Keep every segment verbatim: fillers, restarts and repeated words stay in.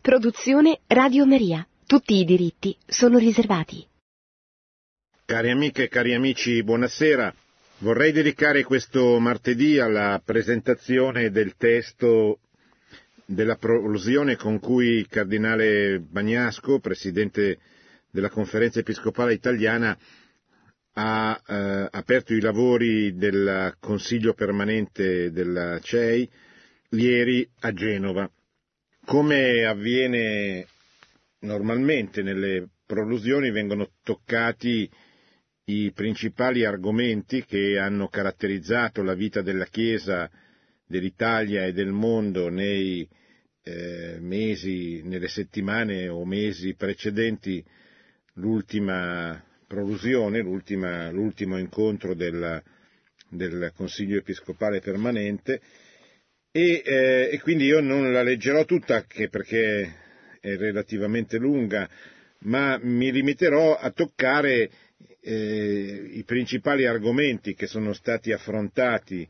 Produzione Radio Maria. Tutti i diritti sono riservati. Cari amiche e cari amici, buonasera. Vorrei dedicare questo martedì alla presentazione del testo della prolusione con cui il cardinale Bagnasco, presidente della Conferenza Episcopale Italiana, ha eh, aperto i lavori del Consiglio Permanente della C E I ieri a Genova. Come avviene normalmente nelle prolusioni, vengono toccati i principali argomenti che hanno caratterizzato la vita della Chiesa, dell'Italia e del mondo nei eh, mesi, nelle settimane o mesi precedenti l'ultima prolusione, l'ultima, l'ultimo incontro del, del Consiglio Episcopale Permanente. E, eh, e quindi io non la leggerò tutta, anche perché è relativamente lunga, ma mi limiterò a toccare eh, i principali argomenti che sono stati affrontati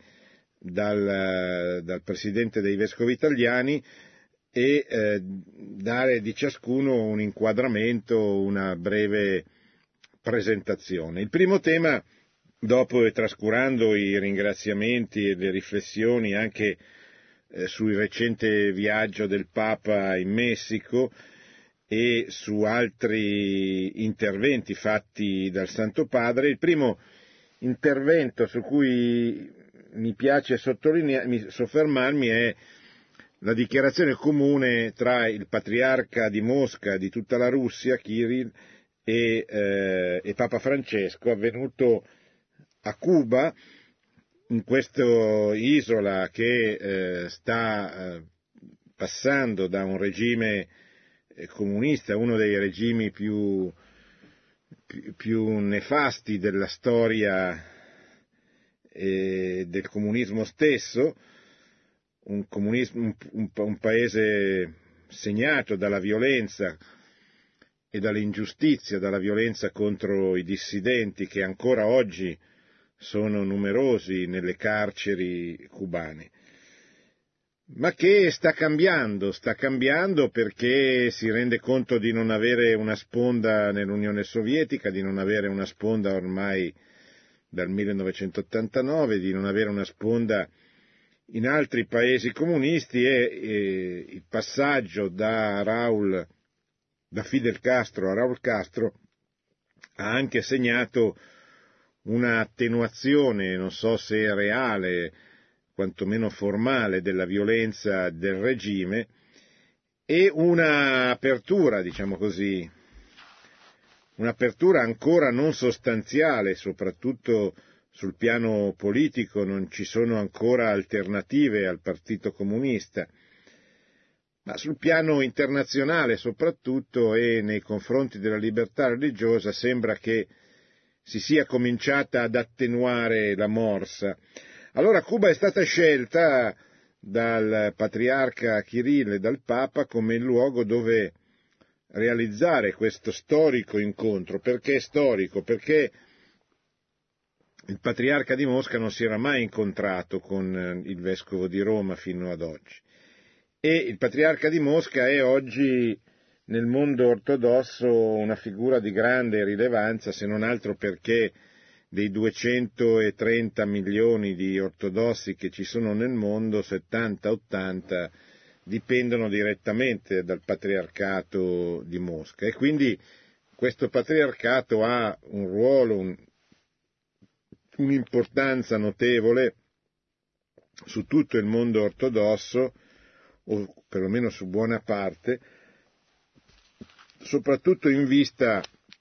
dal, dal Presidente dei Vescovi Italiani e eh, dare di ciascuno un inquadramento, una breve presentazione. Il primo tema, dopo e trascurando i ringraziamenti e le riflessioni anche sul recente viaggio del Papa in Messico e su altri interventi fatti dal Santo Padre. Il primo intervento su cui mi piace sottolineare, soffermarmi è la dichiarazione comune tra il Patriarca di Mosca di tutta la Russia, Kirill, e, eh, e Papa Francesco, avvenuto a Cuba, in questa isola che eh, sta eh, passando da un regime eh, comunista, uno dei regimi più, più, più nefasti della storia eh, del comunismo stesso, un, comunismo, un, un paese segnato dalla violenza e dall'ingiustizia, dalla violenza contro i dissidenti che ancora oggi sono numerosi nelle carceri cubane, ma che sta cambiando, sta cambiando perché si rende conto di non avere una sponda nell'Unione Sovietica, di non avere una sponda ormai dal millenovecentottantanove, di non avere una sponda in altri paesi comunisti e, e il passaggio da Raúl, da Fidel Castro a Raúl Castro ha anche segnato una attenuazione, non so se reale, quantomeno formale, della violenza del regime e una apertura, diciamo così, un'apertura ancora non sostanziale, soprattutto sul piano politico, non ci sono ancora alternative al Partito Comunista, ma sul piano internazionale soprattutto e nei confronti della libertà religiosa sembra che si sia cominciata ad attenuare la morsa. Allora Cuba è stata scelta dal patriarca Kirill e dal Papa come il luogo dove realizzare questo storico incontro. Perché storico? Perché il patriarca di Mosca non si era mai incontrato con il vescovo di Roma fino ad oggi. E il patriarca di Mosca è oggi nel mondo ortodosso una figura di grande rilevanza, se non altro perché dei duecentotrenta milioni di ortodossi che ci sono nel mondo, settanta ottanta dipendono direttamente dal patriarcato di Mosca e quindi questo patriarcato ha un ruolo, un, un'importanza notevole su tutto il mondo ortodosso, o perlomeno su buona parte, soprattutto in vista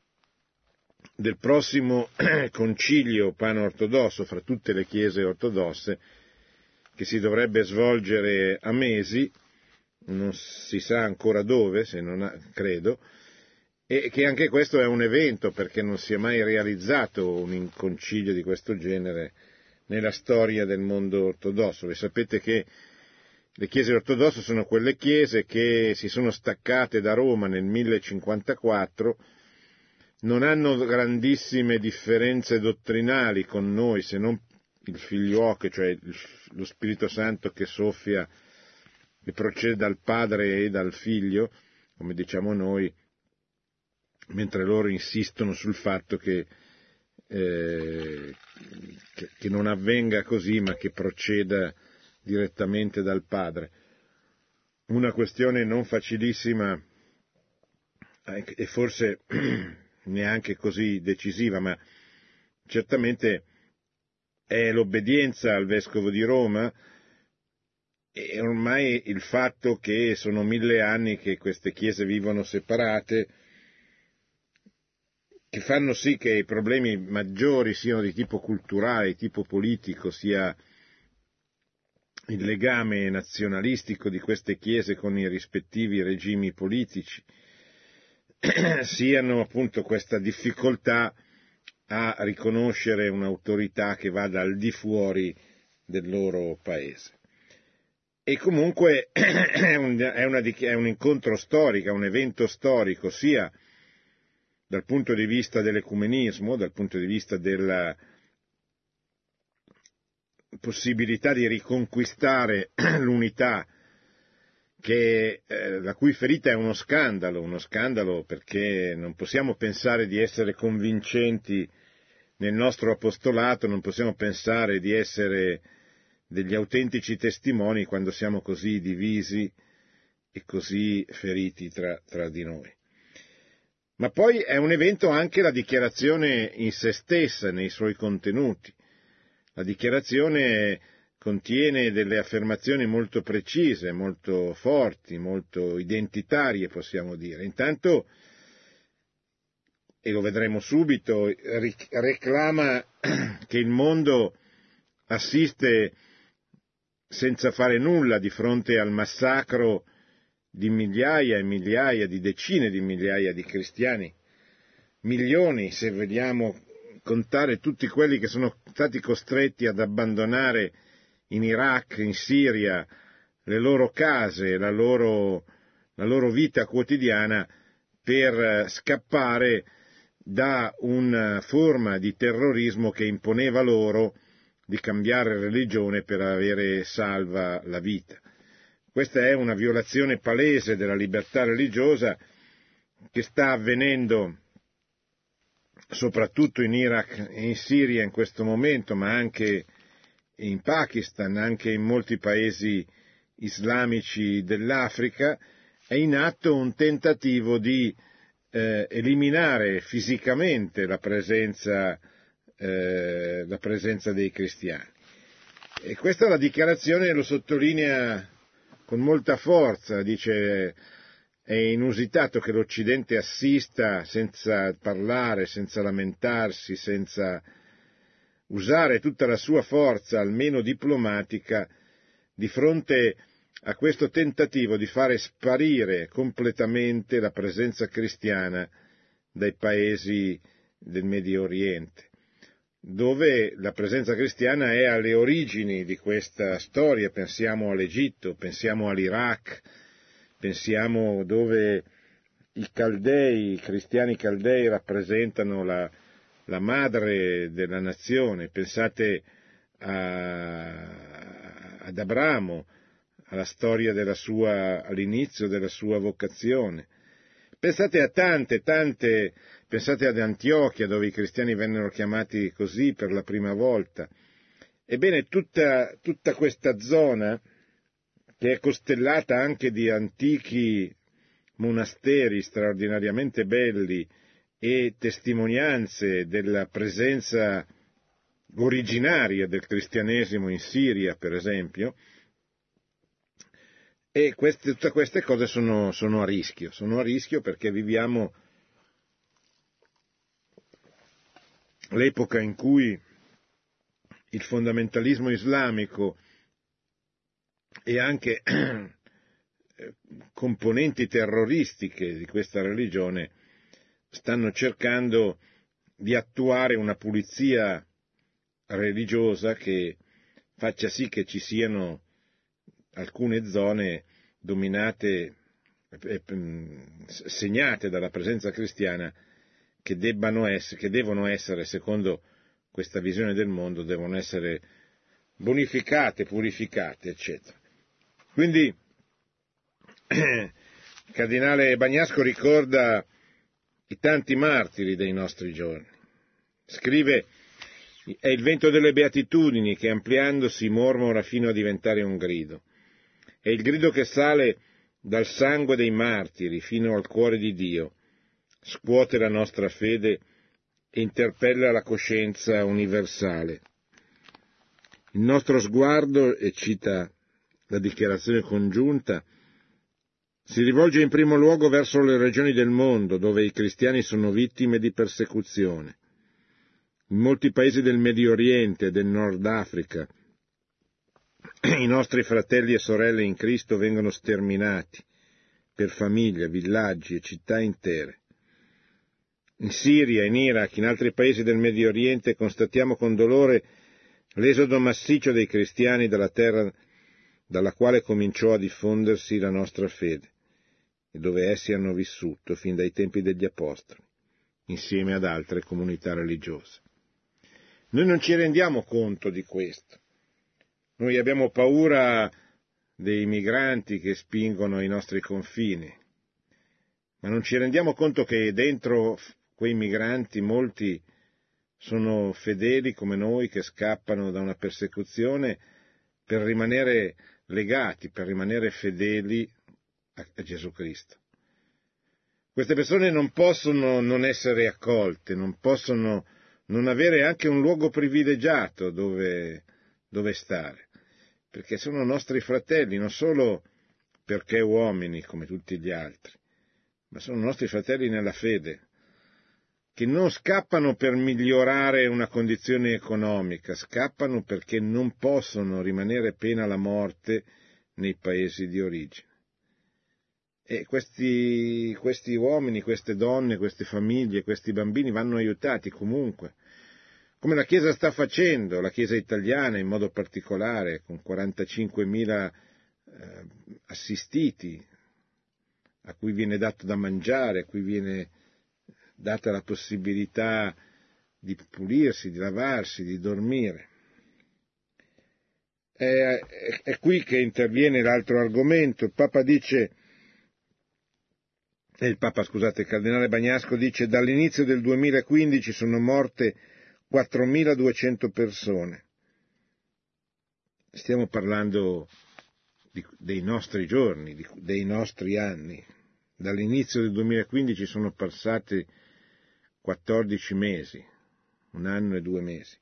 del prossimo concilio pan-ortodosso fra tutte le chiese ortodosse, che si dovrebbe svolgere a mesi, non si sa ancora dove, se non ha, credo, e che anche questo è un evento, perché non si è mai realizzato un concilio di questo genere nella storia del mondo ortodosso. Voi sapete che le chiese ortodosse sono quelle chiese che si sono staccate da Roma nel millecinquantaquattro, non hanno grandissime differenze dottrinali con noi, se non il Filioque, cioè lo Spirito Santo che soffia e procede dal padre e dal figlio, come diciamo noi, mentre loro insistono sul fatto che, eh, che, che non avvenga così, ma che proceda direttamente dal padre. Una questione non facilissima e forse neanche così decisiva, ma certamente è l'obbedienza al Vescovo di Roma e ormai il fatto che sono mille anni che queste chiese vivono separate, che fanno sì che i problemi maggiori siano di tipo culturale, di tipo politico, sia il legame nazionalistico di queste chiese con i rispettivi regimi politici, siano appunto questa difficoltà a riconoscere un'autorità che vada al di fuori del loro paese. E comunque è un, è una, è un incontro storico, un evento storico, sia dal punto di vista dell'ecumenismo, dal punto di vista della possibilità di riconquistare l'unità, che, eh, la cui ferita è uno scandalo, uno scandalo perché non possiamo pensare di essere convincenti nel nostro apostolato, non possiamo pensare di essere degli autentici testimoni quando siamo così divisi e così feriti tra, tra di noi. Ma poi è un evento anche la dichiarazione in se stessa, nei suoi contenuti. La dichiarazione contiene delle affermazioni molto precise, molto forti, molto identitarie, possiamo dire. Intanto, e lo vedremo subito, reclama che il mondo assiste senza fare nulla di fronte al massacro di migliaia e migliaia, di decine di migliaia di cristiani, milioni, se vogliamo contare tutti quelli che sono stati costretti ad abbandonare in Iraq, in Siria, le loro case, la loro, la loro vita quotidiana per scappare da una forma di terrorismo che imponeva loro di cambiare religione per avere salva la vita. Questa è una violazione palese della libertà religiosa che sta avvenendo soprattutto in Iraq e in Siria in questo momento, ma anche in Pakistan, anche in molti paesi islamici dell'Africa. È in atto un tentativo di eh, eliminare fisicamente la presenza, eh, la presenza dei cristiani. E questa è la dichiarazione, lo sottolinea con molta forza, dice: è inusitato che l'Occidente assista senza parlare, senza lamentarsi, senza usare tutta la sua forza, almeno diplomatica, di fronte a questo tentativo di fare sparire completamente la presenza cristiana dai paesi del Medio Oriente, dove la presenza cristiana è alle origini di questa storia. Pensiamo all'Egitto, pensiamo all'Iraq, pensiamo dove i caldei, i cristiani caldei rappresentano la, la madre della nazione. Pensate a, ad Abramo, alla storia della sua, all'inizio della sua vocazione. Pensate a tante, tante, pensate ad Antiochia, dove i cristiani vennero chiamati così per la prima volta. Ebbene, tutta, tutta questa zona, che è costellata anche di antichi monasteri straordinariamente belli e testimonianze della presenza originaria del cristianesimo in Siria, per esempio, e queste, tutte queste cose sono, sono a rischio, sono a rischio perché viviamo l'epoca in cui il fondamentalismo islamico e anche componenti terroristiche di questa religione stanno cercando di attuare una pulizia religiosa che faccia sì che ci siano alcune zone dominate, segnate dalla presenza cristiana, che debbano essere, che devono essere, secondo questa visione del mondo, devono essere bonificate, purificate, eccetera. Quindi il cardinale Bagnasco ricorda i tanti martiri dei nostri giorni. Scrive: è il vento delle beatitudini che, ampliandosi, mormora fino a diventare un grido. È il grido che sale dal sangue dei martiri fino al cuore di Dio, scuote la nostra fede e interpella la coscienza universale. Il nostro sguardo, e cita la dichiarazione congiunta, si rivolge in primo luogo verso le regioni del mondo dove i cristiani sono vittime di persecuzione. In molti paesi del Medio Oriente e del Nord Africa i nostri fratelli e sorelle in Cristo vengono sterminati per famiglie, villaggi e città intere. In Siria, in Iraq, in altri paesi del Medio Oriente constatiamo con dolore l'esodo massiccio dei cristiani dalla terra dalla quale cominciò a diffondersi la nostra fede e dove essi hanno vissuto fin dai tempi degli Apostoli, insieme ad altre comunità religiose. Noi non ci rendiamo conto di questo. Noi abbiamo paura dei migranti che spingono i nostri confini, ma non ci rendiamo conto che dentro quei migranti molti sono fedeli come noi che scappano da una persecuzione per rimanere legati, per rimanere fedeli a Gesù Cristo. Queste persone non possono non essere accolte, non possono non avere anche un luogo privilegiato dove, dove stare, perché sono nostri fratelli, non solo perché uomini come tutti gli altri, ma sono nostri fratelli nella fede, che non scappano per migliorare una condizione economica, scappano perché non possono rimanere pena la morte nei paesi di origine. E questi, questi uomini, queste donne, queste famiglie, questi bambini vanno aiutati comunque, come la Chiesa sta facendo, la Chiesa italiana in modo particolare, con quarantacinquemila eh, assistiti, a cui viene dato da mangiare, a cui viene data la possibilità di pulirsi, di lavarsi, di dormire. È, è, è qui che interviene l'altro argomento. Il Papa dice, eh, il Papa, scusate, il Cardinale Bagnasco dice: dall'inizio del duemilaquindici sono morte quattromiladuecento persone. Stiamo parlando di, dei nostri giorni, di, dei nostri anni. Dall'inizio del duemilaquindici sono passati quattordici mesi, un anno e due mesi,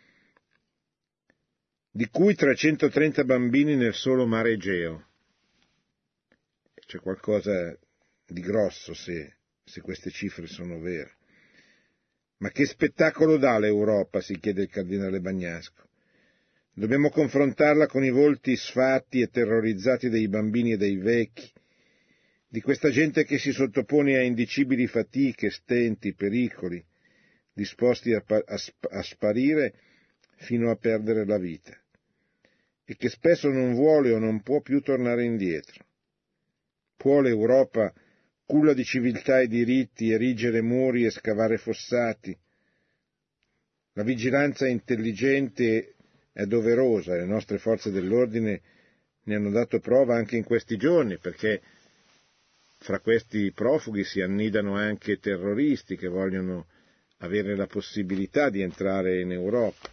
di cui trecentotrenta bambini nel solo mare Egeo. C'è qualcosa di grosso se, se queste cifre sono vere. Ma che spettacolo dà l'Europa, si chiede il Cardinale Bagnasco. Dobbiamo confrontarla con i volti sfatti e terrorizzati dei bambini e dei vecchi, di questa gente che si sottopone a indicibili fatiche, stenti, pericoli, disposti a, a, a sparire fino a perdere la vita, e che spesso non vuole o non può più tornare indietro. Può l'Europa, culla di civiltà e diritti, erigere muri e scavare fossati? La vigilanza intelligente è doverosa, e le nostre forze dell'ordine ne hanno dato prova anche in questi giorni, perché fra questi profughi si annidano anche terroristi che vogliono avere la possibilità di entrare in Europa.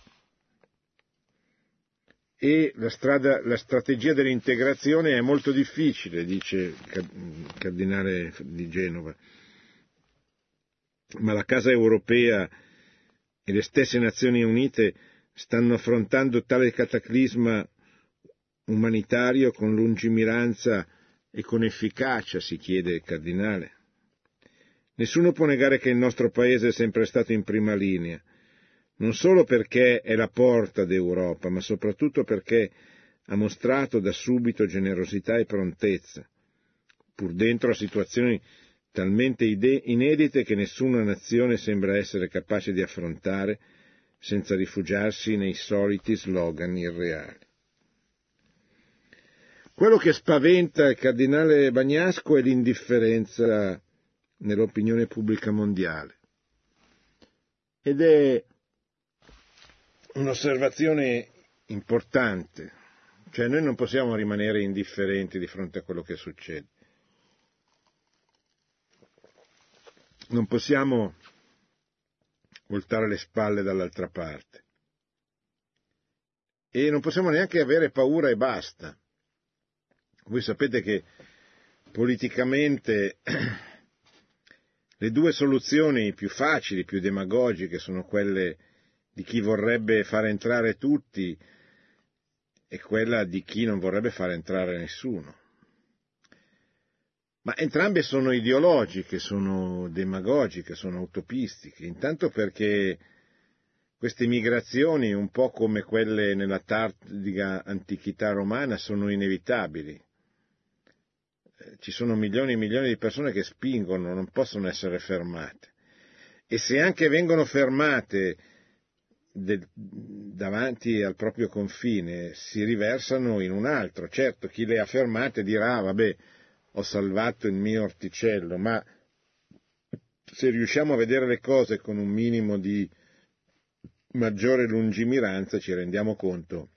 E la, strada, la strategia dell'integrazione è molto difficile, dice il Cardinale di Genova, ma la Casa Europea e le stesse Nazioni Unite stanno affrontando tale cataclisma umanitario con lungimiranza e con efficacia, si chiede il Cardinale. Nessuno può negare che il nostro Paese è sempre stato in prima linea, non solo perché è la porta d'Europa, ma soprattutto perché ha mostrato da subito generosità e prontezza, pur dentro a situazioni talmente inedite che nessuna nazione sembra essere capace di affrontare senza rifugiarsi nei soliti slogan irreali. Quello che spaventa il Cardinale Bagnasco è l'indifferenza nell'opinione pubblica mondiale. Ed è un'osservazione importante, cioè noi non possiamo rimanere indifferenti di fronte a quello che succede. non possiamo voltare le spalle dall'altra parte e non possiamo neanche avere paura e basta. Voi sapete che politicamente le due soluzioni più facili, più demagogiche, sono quelle di chi vorrebbe far entrare tutti e quella di chi non vorrebbe far entrare nessuno. Ma entrambe sono ideologiche, sono demagogiche, sono utopistiche, intanto perché queste migrazioni, un po' come quelle nella tardiva antichità romana, sono inevitabili. Ci sono milioni e milioni di persone che spingono, non possono essere fermate. E se anche vengono fermate del, davanti al proprio confine, si riversano in un altro. Certo, chi le ha fermate dirà, ah, vabbè, ho salvato il mio orticello, ma se riusciamo a vedere le cose con un minimo di maggiore lungimiranza, ci rendiamo conto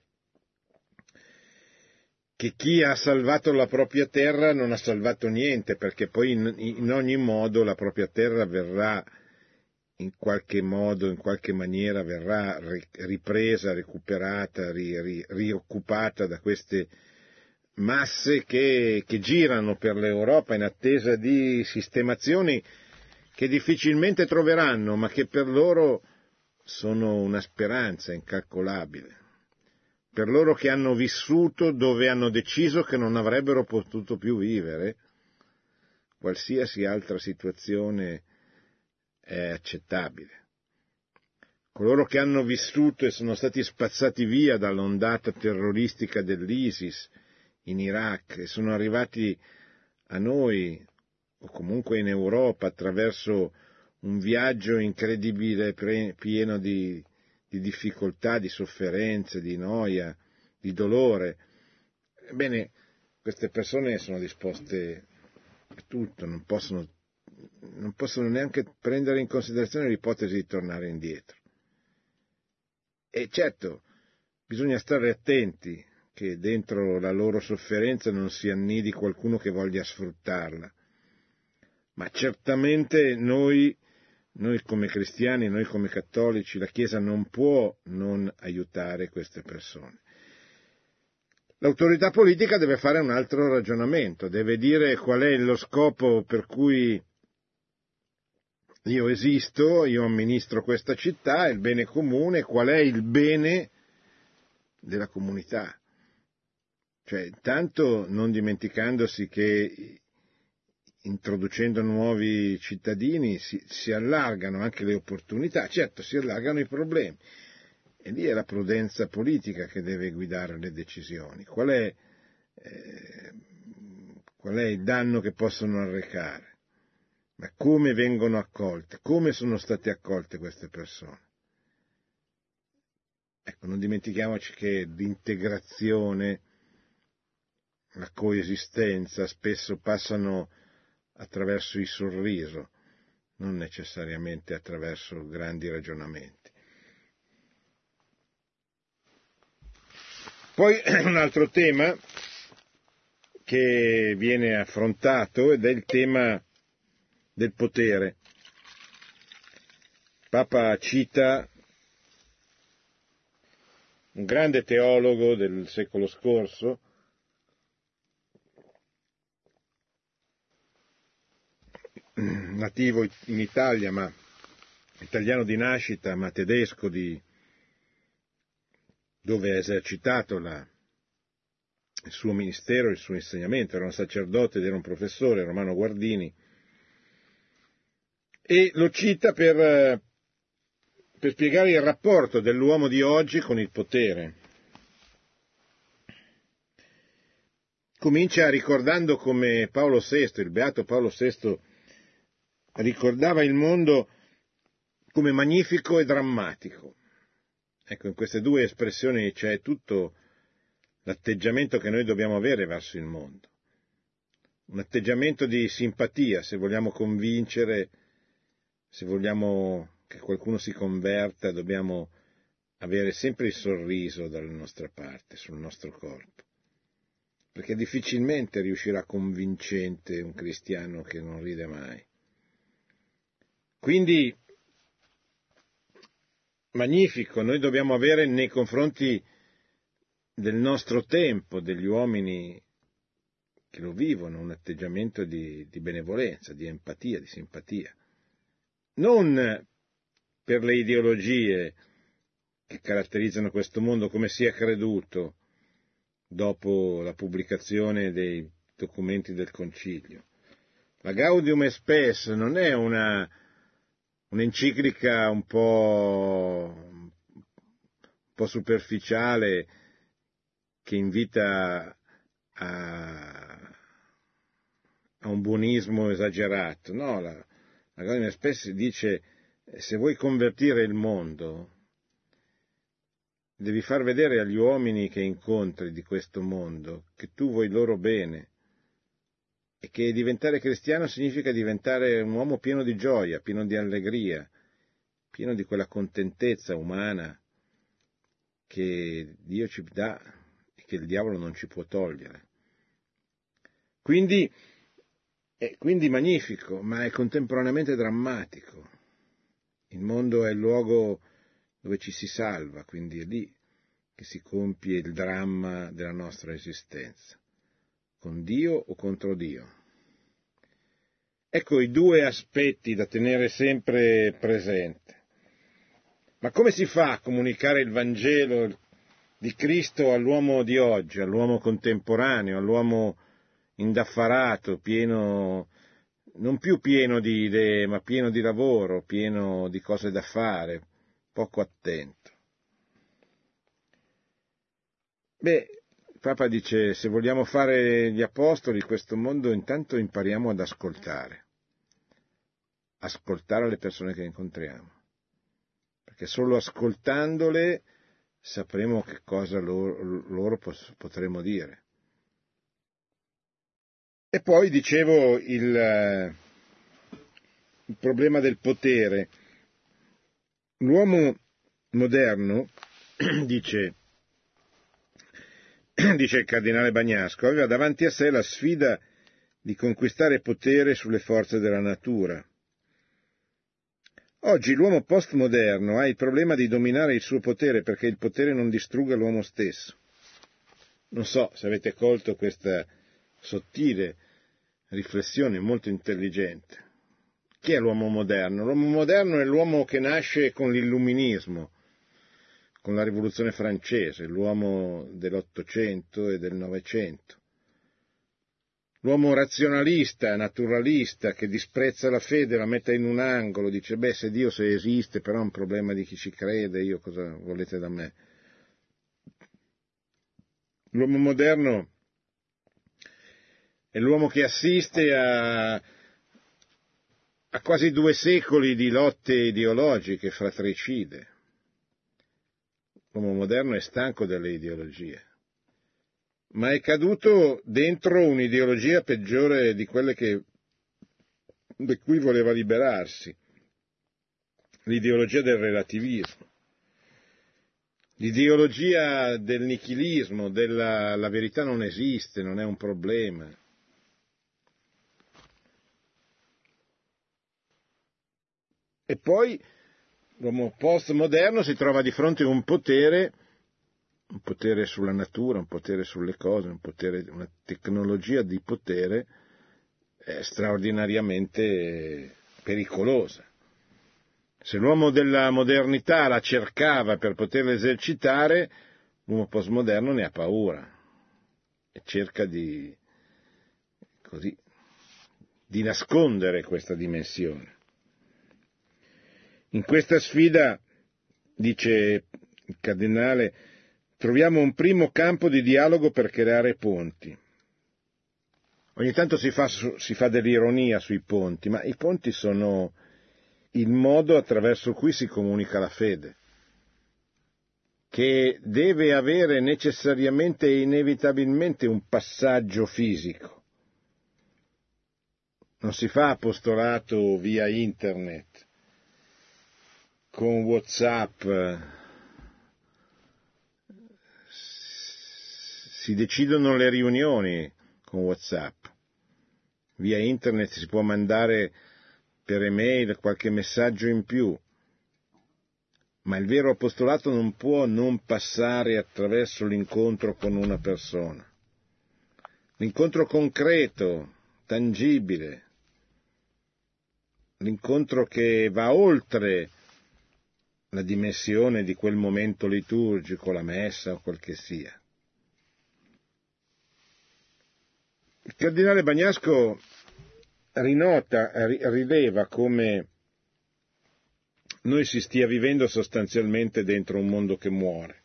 che chi ha salvato la propria terra non ha salvato niente, perché poi in, in ogni modo la propria terra verrà in qualche modo, in qualche maniera, verrà ripresa, recuperata, ri, ri, rioccupata da queste masse che, che girano per l'Europa in attesa di sistemazioni che difficilmente troveranno, ma che per loro sono una speranza incalcolabile. Per loro che hanno vissuto dove hanno deciso che non avrebbero potuto più vivere, qualsiasi altra situazione è accettabile. Coloro che hanno vissuto e sono stati spazzati via dall'ondata terroristica dell'ISIS in Iraq e sono arrivati a noi, o comunque in Europa, attraverso un viaggio incredibile, pieno di di difficoltà, di sofferenze, di noia, di dolore. Ebbene, queste persone sono disposte a tutto, non possono, non possono neanche prendere in considerazione l'ipotesi di tornare indietro. E certo, bisogna stare attenti che dentro la loro sofferenza non si annidi qualcuno che voglia sfruttarla. Ma certamente noi Noi come cristiani, noi come cattolici, la Chiesa non può non aiutare queste persone. L'autorità politica deve fare un altro ragionamento, deve dire qual è lo scopo per cui io esisto, io amministro questa città, il bene comune, qual è il bene della comunità. Cioè, intanto non dimenticandosi che introducendo nuovi cittadini si, si allargano anche le opportunità, certo si allargano i problemi, e lì è la prudenza politica che deve guidare le decisioni. Qual è, eh, qual è il danno che possono arrecare? Ma come vengono accolte? Come sono state accolte queste persone? Ecco, non dimentichiamoci che l'integrazione, la coesistenza spesso passano attraverso il sorriso, non necessariamente attraverso grandi ragionamenti. Poi un altro tema che viene affrontato ed è il tema del potere. Papa cita un grande teologo del secolo scorso, nativo in Italia, ma italiano di nascita, ma tedesco di dove ha esercitato la, il suo ministero, il suo insegnamento, era un sacerdote ed era un professore, Romano Guardini, e lo cita per, per spiegare il rapporto dell'uomo di oggi con il potere. Comincia ricordando come Paolo sesto, il beato Paolo sesto, ricordava il mondo come magnifico e drammatico. Ecco, in queste due espressioni c'è tutto l'atteggiamento che noi dobbiamo avere verso il mondo. Un atteggiamento di simpatia, se vogliamo convincere, se vogliamo che qualcuno si converta, dobbiamo avere sempre il sorriso dalla nostra parte, sul nostro corpo. Perché difficilmente riuscirà convincente un cristiano che non ride mai. Quindi, magnifico, noi dobbiamo avere nei confronti del nostro tempo, degli uomini che lo vivono, un atteggiamento di, di benevolenza, di empatia, di simpatia. Non per le ideologie che caratterizzano questo mondo, come si è creduto dopo la pubblicazione dei documenti del Concilio. La Gaudium et Spes non è una, un'enciclica un po', un po' superficiale che invita a, a un buonismo esagerato. No, la, la Gaudium et Spes dice: se vuoi convertire il mondo, devi far vedere agli uomini che incontri di questo mondo che tu vuoi loro bene e che diventare cristiano significa diventare un uomo pieno di gioia, pieno di allegria, pieno di quella contentezza umana che Dio ci dà e che il diavolo non ci può togliere. Quindi, è quindi magnifico, ma è contemporaneamente drammatico. Il mondo è il luogo dove ci si salva, quindi è lì che si compie il dramma della nostra esistenza, con Dio o contro Dio. Ecco i due aspetti da tenere sempre presente. Ma come si fa a comunicare il Vangelo di Cristo all'uomo di oggi, all'uomo contemporaneo, all'uomo indaffarato, pieno, non più pieno di idee, ma pieno di lavoro, pieno di cose da fare, poco attento? Beh, il Papa dice: se vogliamo fare gli apostoli di questo mondo, intanto impariamo ad ascoltare, ascoltare le persone che incontriamo, perché solo ascoltandole sapremo che cosa loro, loro potremo dire. E poi dicevo il, il problema del potere. L'uomo moderno, dice, dice il cardinale Bagnasco, aveva davanti a sé la sfida di conquistare potere sulle forze della natura. Oggi l'uomo postmoderno ha il problema di dominare il suo potere perché il potere non distrugga l'uomo stesso. Non so se avete colto questa sottile riflessione, molto intelligente. Chi è l'uomo moderno? L'uomo moderno è l'uomo che nasce con l'illuminismo, con la rivoluzione francese, l'uomo dell'Ottocento e del Novecento. L'uomo razionalista, naturalista, che disprezza la fede, la mette in un angolo, dice: beh, se Dio se esiste, però è un problema di chi ci crede, io cosa volete da me? L'uomo moderno è l'uomo che assiste a, a quasi due secoli di lotte ideologiche fratricide. L'uomo moderno è stanco delle ideologie, ma è caduto dentro un'ideologia peggiore di quelle che, di cui voleva liberarsi, l'ideologia del relativismo, l'ideologia del nichilismo, della la verità non esiste, non è un problema. E poi l'uomo postmoderno si trova di fronte a un potere, un potere sulla natura, un potere sulle cose, un potere, una tecnologia di potere eh, straordinariamente pericolosa. Se l'uomo della modernità la cercava per poterla esercitare, l'uomo postmoderno ne ha paura e cerca di, così, di nascondere questa dimensione. In questa sfida, dice il cardinale, troviamo un primo campo di dialogo per creare ponti. Ogni tanto si fa, si fa dell'ironia sui ponti, ma i ponti sono il modo attraverso cui si comunica la fede, che deve avere necessariamente e inevitabilmente un passaggio fisico. Non si fa apostolato via internet, con WhatsApp, si decidono le riunioni con WhatsApp. Via internet si può mandare per email qualche messaggio in più, ma il vero apostolato non può non passare attraverso l'incontro con una persona, l'incontro concreto, tangibile, l'incontro che va oltre la dimensione di quel momento liturgico, la messa o quel che sia. Il cardinale Bagnasco rinota, rileva come noi si stia vivendo sostanzialmente dentro un mondo che muore,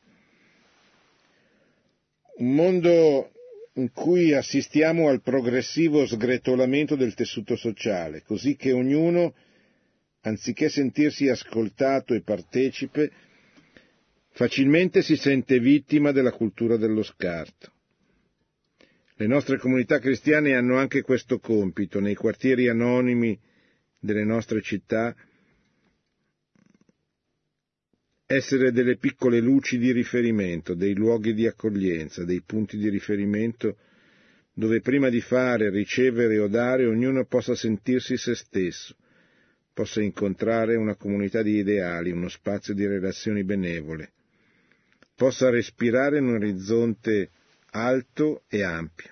un mondo in cui assistiamo al progressivo sgretolamento del tessuto sociale, così che ognuno, anziché sentirsi ascoltato e partecipe, facilmente si sente vittima della cultura dello scarto. Le nostre comunità cristiane hanno anche questo compito, nei quartieri anonimi delle nostre città, essere delle piccole luci di riferimento, dei luoghi di accoglienza, dei punti di riferimento dove prima di fare, ricevere o dare ognuno possa sentirsi se stesso, possa incontrare una comunità di ideali, uno spazio di relazioni benevole, possa respirare un orizzonte alto e ampio.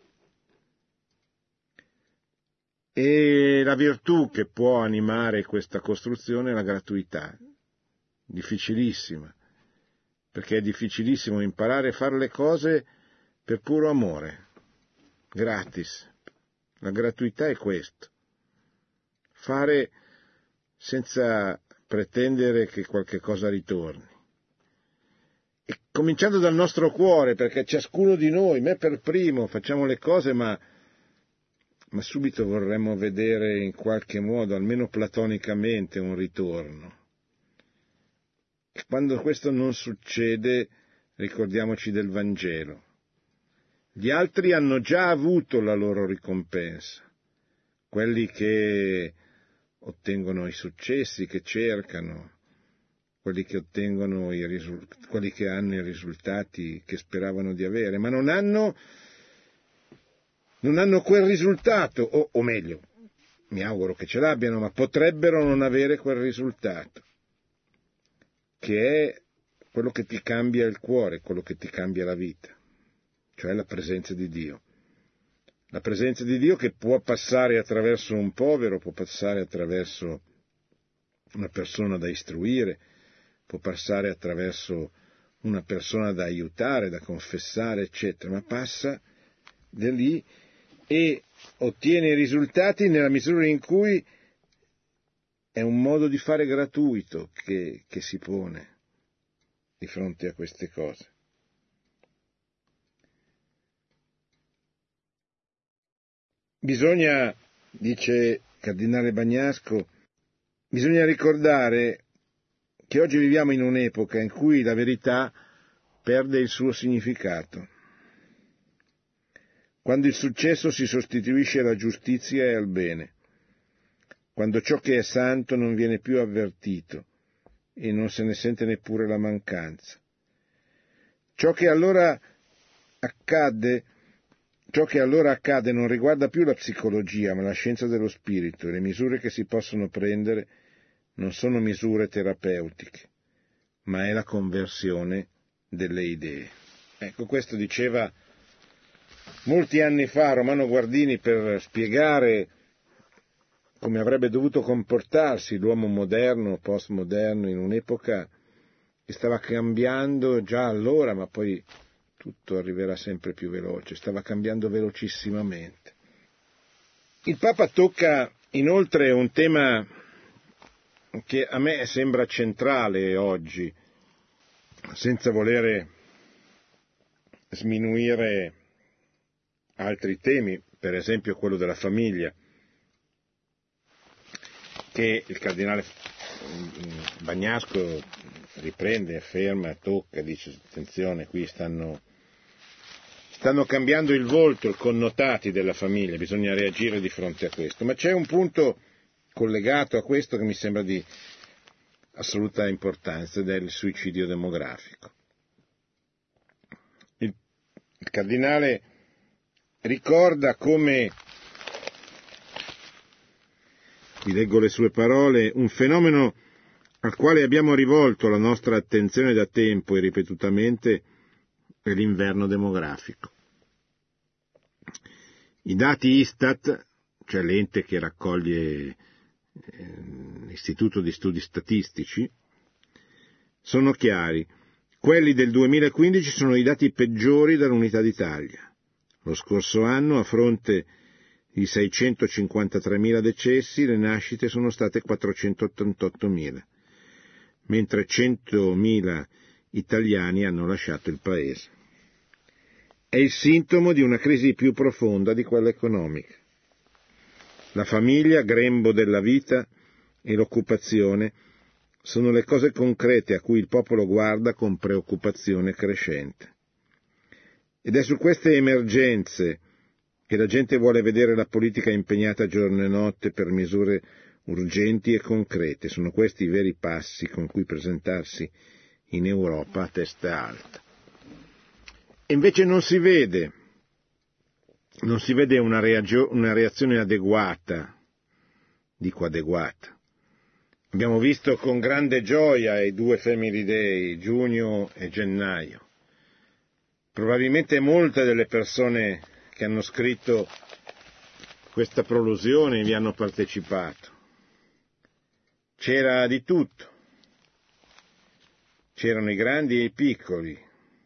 E la virtù che può animare questa costruzione è la gratuità, difficilissima, perché è difficilissimo imparare a fare le cose per puro amore, gratis. La gratuità è questo, fare senza pretendere che qualche cosa ritorni. E cominciando dal nostro cuore, perché ciascuno di noi, me per primo, facciamo le cose, ma, ma subito vorremmo vedere in qualche modo, almeno platonicamente, un ritorno. E quando questo non succede, ricordiamoci del Vangelo. Gli altri hanno già avuto la loro ricompensa, quelli che ottengono i successi che cercano, quelli che ottengono i risultati, quelli che hanno i risultati che speravano di avere, ma non hanno, non hanno quel risultato, o, o meglio, mi auguro che ce l'abbiano, ma potrebbero non avere quel risultato, che è quello che ti cambia il cuore, quello che ti cambia la vita, cioè la presenza di Dio. La presenza di Dio che può passare attraverso un povero, può passare attraverso una persona da istruire, può passare attraverso una persona da aiutare, da confessare, eccetera, ma passa da lì e ottiene i risultati nella misura in cui è un modo di fare gratuito che, che si pone di fronte a queste cose. Bisogna, dice Cardinale Bagnasco, bisogna ricordare che oggi viviamo in un'epoca in cui la verità perde il suo significato, quando il successo si sostituisce alla giustizia e al bene, quando ciò che è santo non viene più avvertito e non se ne sente neppure la mancanza. Ciò che allora accade Ciò che allora accade non riguarda più la psicologia, ma la scienza dello spirito, e le misure che si possono prendere non sono misure terapeutiche, ma è la conversione delle idee. Ecco, questo diceva molti anni fa Romano Guardini per spiegare come avrebbe dovuto comportarsi l'uomo moderno, postmoderno, in un'epoca che stava cambiando già allora, ma poi tutto arriverà sempre più veloce, stava cambiando velocissimamente. Il Papa tocca inoltre un tema che a me sembra centrale oggi, senza volere sminuire altri temi, per esempio quello della famiglia, che il cardinale Bagnasco riprende, afferma, tocca, dice attenzione, qui stanno Stanno cambiando il volto, i connotati della famiglia, bisogna reagire di fronte a questo. Ma c'è un punto collegato a questo che mi sembra di assoluta importanza, ed è il suicidio demografico. Il, il cardinale ricorda come vi leggo le sue parole, un fenomeno al quale abbiamo rivolto la nostra attenzione da tempo e ripetutamente è l'inverno demografico. I dati Istat, cioè l'ente che raccoglie eh, l'Istituto di Studi Statistici, sono chiari. Quelli del duemilaquindici sono i dati peggiori dall'Unità d'Italia. Lo scorso anno, a fronte di seicentocinquantatremila decessi, le nascite sono state quattrocentottantottomila, mentre centomila italiani hanno lasciato il paese. È il sintomo di una crisi più profonda di quella economica. La famiglia, grembo della vita, e l'occupazione sono le cose concrete a cui il popolo guarda con preoccupazione crescente. Ed è su queste emergenze che la gente vuole vedere la politica impegnata giorno e notte per misure urgenti e concrete. Sono questi i veri passi con cui presentarsi in Europa a testa alta. E invece non si vede, non si vede una, reagio, una reazione adeguata, dico adeguata. Abbiamo visto con grande gioia i due Family Day, giugno e gennaio. Probabilmente molte delle persone che hanno scritto questa prolusione vi hanno partecipato. C'era di tutto. C'erano i grandi e i piccoli.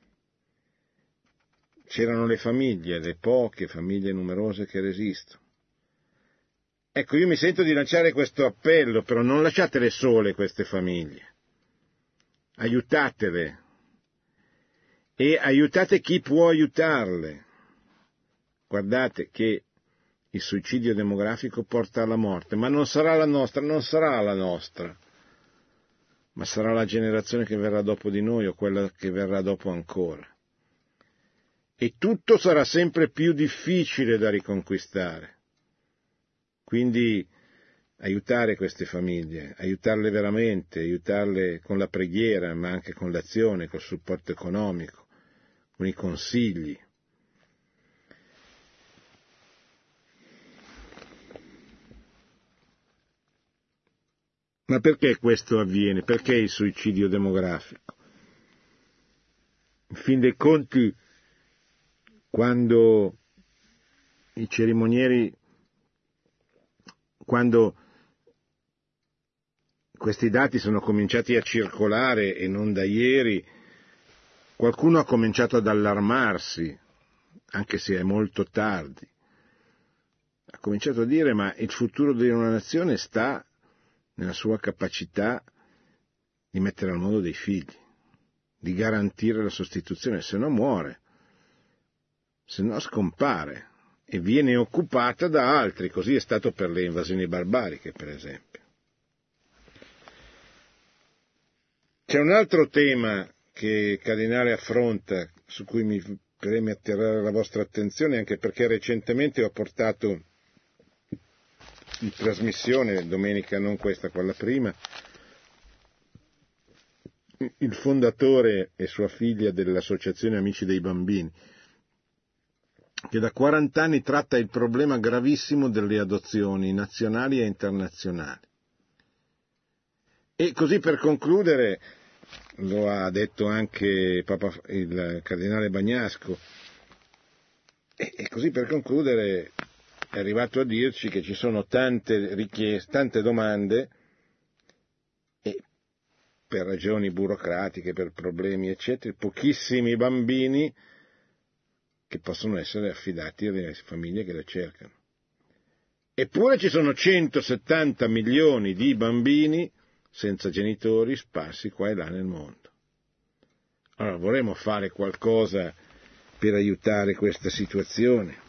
C'erano le famiglie, le poche famiglie numerose che resistono. Ecco, io mi sento di lanciare questo appello, però non lasciatele sole queste famiglie. Aiutatele. E aiutate chi può aiutarle. Guardate che il suicidio demografico porta alla morte, ma non sarà la nostra, non sarà la nostra, ma sarà la generazione che verrà dopo di noi o quella che verrà dopo ancora. E tutto sarà sempre più difficile da riconquistare. Quindi aiutare queste famiglie, aiutarle veramente, aiutarle con la preghiera, ma anche con l'azione, col supporto economico, con i consigli. Ma perché questo avviene? Perché il suicidio demografico? In fin dei conti, quando i cerimonieri, quando questi dati sono cominciati a circolare, e non da ieri, qualcuno ha cominciato ad allarmarsi, anche se è molto tardi. Ha cominciato a dire: ma il futuro di una nazione sta nella sua capacità di mettere al mondo dei figli, di garantire la sostituzione, se no muore, se no scompare e viene occupata da altri. Così è stato per le invasioni barbariche, per esempio. C'è un altro tema che il Cardinale affronta, su cui mi preme attirare la vostra attenzione, anche perché recentemente ho portato in trasmissione, domenica non questa, quella prima, il fondatore e sua figlia dell'Associazione Amici dei Bambini, che da quaranta anni tratta il problema gravissimo delle adozioni nazionali e internazionali. E così, per concludere, lo ha detto anche Papa, il Cardinale Bagnasco, e, e così per concludere è arrivato a dirci che ci sono tante richieste, tante domande, e per ragioni burocratiche, per problemi eccetera, pochissimi bambini che possono essere affidati alle famiglie che le cercano. Eppure ci sono centosettanta milioni di bambini senza genitori sparsi qua e là nel mondo. Allora vorremmo fare qualcosa per aiutare questa situazione.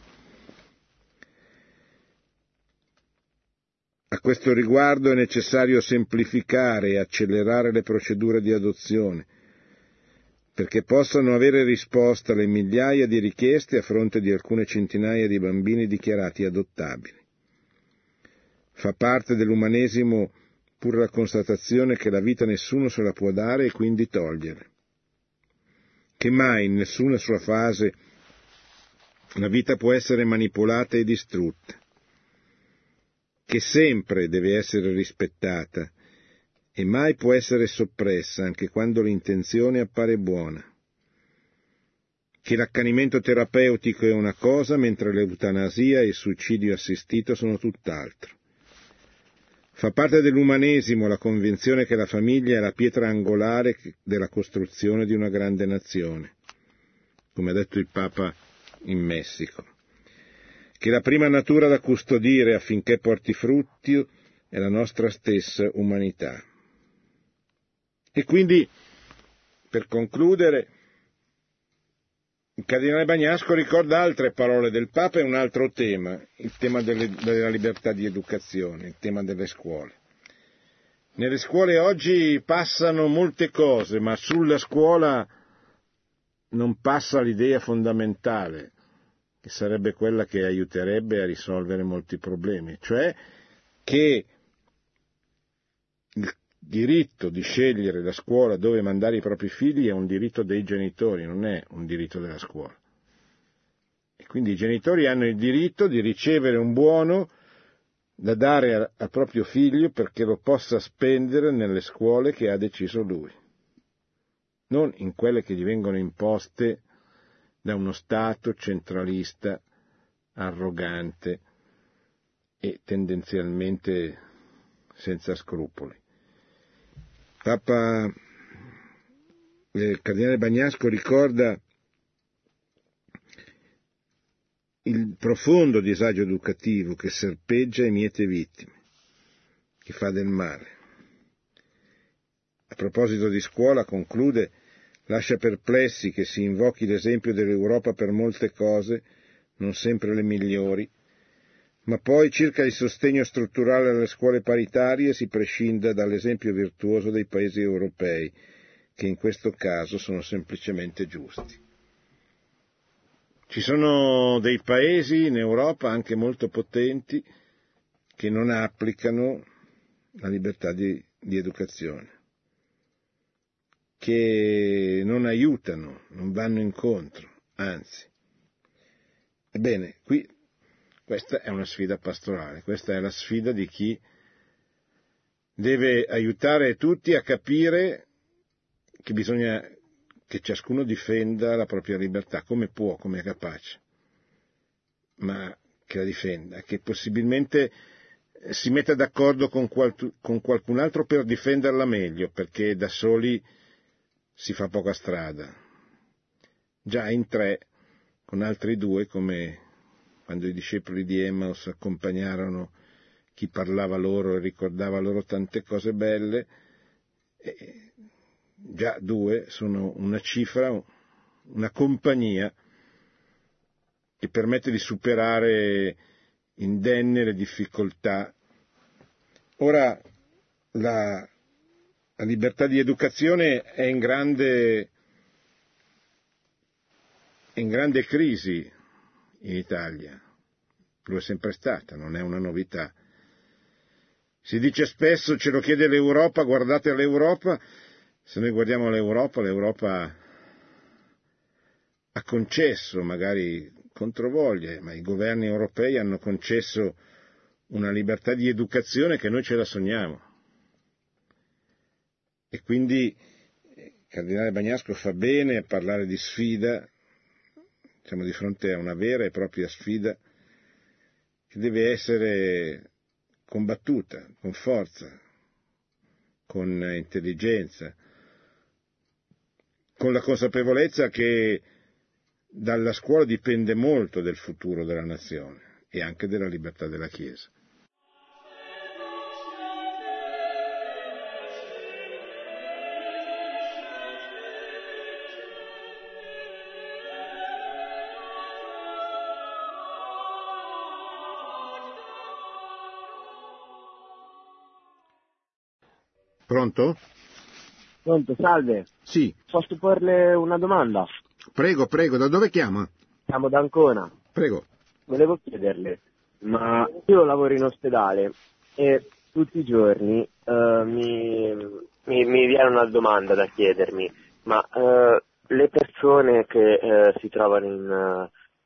A questo riguardo è necessario semplificare e accelerare le procedure di adozione, perché possano avere risposta alle migliaia di richieste a fronte di alcune centinaia di bambini dichiarati adottabili. Fa parte dell'umanesimo pur la constatazione che la vita nessuno se la può dare e quindi togliere, che mai in nessuna sua fase la vita può essere manipolata e distrutta, che sempre deve essere rispettata e mai può essere soppressa anche quando l'intenzione appare buona, che l'accanimento terapeutico è una cosa mentre l'eutanasia e il suicidio assistito sono tutt'altro. Fa parte dell'umanesimo la convinzione che la famiglia è la pietra angolare della costruzione di una grande nazione, come ha detto il Papa in Messico, che la prima natura da custodire affinché porti frutti è la nostra stessa umanità. E quindi, per concludere, il Cardinale Bagnasco ricorda altre parole del Papa e un altro tema, il tema delle, della libertà di educazione, il tema delle scuole. Nelle scuole oggi passano molte cose, ma sulla scuola non passa l'idea fondamentale, che sarebbe quella che aiuterebbe a risolvere molti problemi, cioè che il diritto di scegliere la scuola dove mandare i propri figli è un diritto dei genitori, non è un diritto della scuola. E quindi i genitori hanno il diritto di ricevere un buono da dare al proprio figlio perché lo possa spendere nelle scuole che ha deciso lui, non in quelle che gli vengono imposte da uno Stato centralista, arrogante e tendenzialmente senza scrupoli. Papa, il Cardinale Bagnasco ricorda il profondo disagio educativo che serpeggia e miete vittime, che fa del male. A proposito di scuola, conclude, lascia perplessi che si invochi l'esempio dell'Europa per molte cose, non sempre le migliori, ma poi circa il sostegno strutturale alle scuole paritarie si prescinda dall'esempio virtuoso dei paesi europei, che in questo caso sono semplicemente giusti. Ci sono dei paesi in Europa, anche molto potenti, che non applicano la libertà di, di educazione, che non aiutano, non vanno incontro, anzi. Ebbene, qui questa è una sfida pastorale, questa è la sfida di chi deve aiutare tutti a capire che bisogna che ciascuno difenda la propria libertà, come può, come è capace, ma che la difenda, che possibilmente si metta d'accordo con, qual, con qualcun altro per difenderla meglio, perché da soli si fa poca strada. Già in tre, con altri due, come quando i discepoli di Emmaus accompagnarono chi parlava loro e ricordava loro tante cose belle, e già due sono una cifra, una compagnia che permette di superare indenne le difficoltà. Ora la, la libertà di educazione è in grande, è in grande crisi in Italia, lo è sempre stata, non è una novità. Si dice spesso, ce lo chiede l'Europa, guardate all'Europa. Se noi guardiamo l'Europa, l'Europa ha concesso, magari controvoglie, ma i governi europei hanno concesso una libertà di educazione che noi ce la sogniamo. E quindi il Cardinale Bagnasco fa bene a parlare di sfida, siamo di fronte a una vera e propria sfida che deve essere combattuta con forza, con intelligenza, con la consapevolezza che dalla scuola dipende molto del futuro della nazione e anche della libertà della Chiesa. Pronto? Pronto, salve. Sì. Posso porle una domanda? Prego, prego, da dove chiama? Chiamo da Ancona. Prego. Volevo chiederle, ma io lavoro in ospedale e tutti i giorni uh, mi, mi, mi viene una domanda da chiedermi, ma uh, le persone che uh, si trovano in, uh,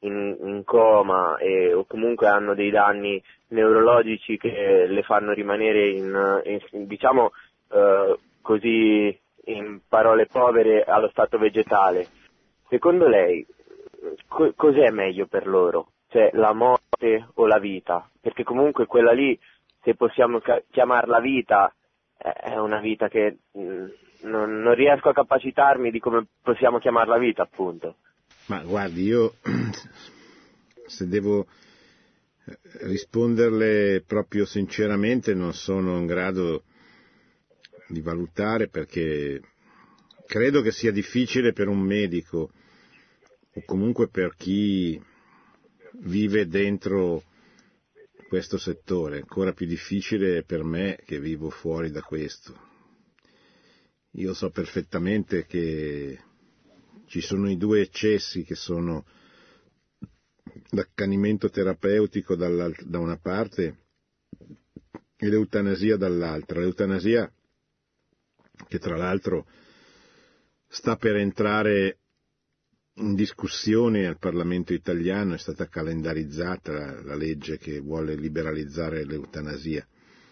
in, in coma e, o comunque hanno dei danni neurologici che le fanno rimanere in, in diciamo eh, così in parole povere allo stato vegetale. Secondo lei co- cos'è meglio per loro? Cioè la morte o la vita? Perché comunque quella lì, se possiamo ca- chiamarla vita, è una vita che mh, non, non riesco a capacitarmi di come possiamo chiamarla vita, appunto. Ma guardi, io se devo risponderle proprio sinceramente non sono in grado di valutare, perché credo che sia difficile per un medico o comunque per chi vive dentro questo settore, ancora più difficile per me che vivo fuori da questo. Io so perfettamente che ci sono i due eccessi che sono l'accanimento terapeutico da una parte e l'eutanasia dall'altra. L'eutanasia che tra l'altro sta per entrare in discussione al Parlamento italiano, è stata calendarizzata la, la legge che vuole liberalizzare l'eutanasia,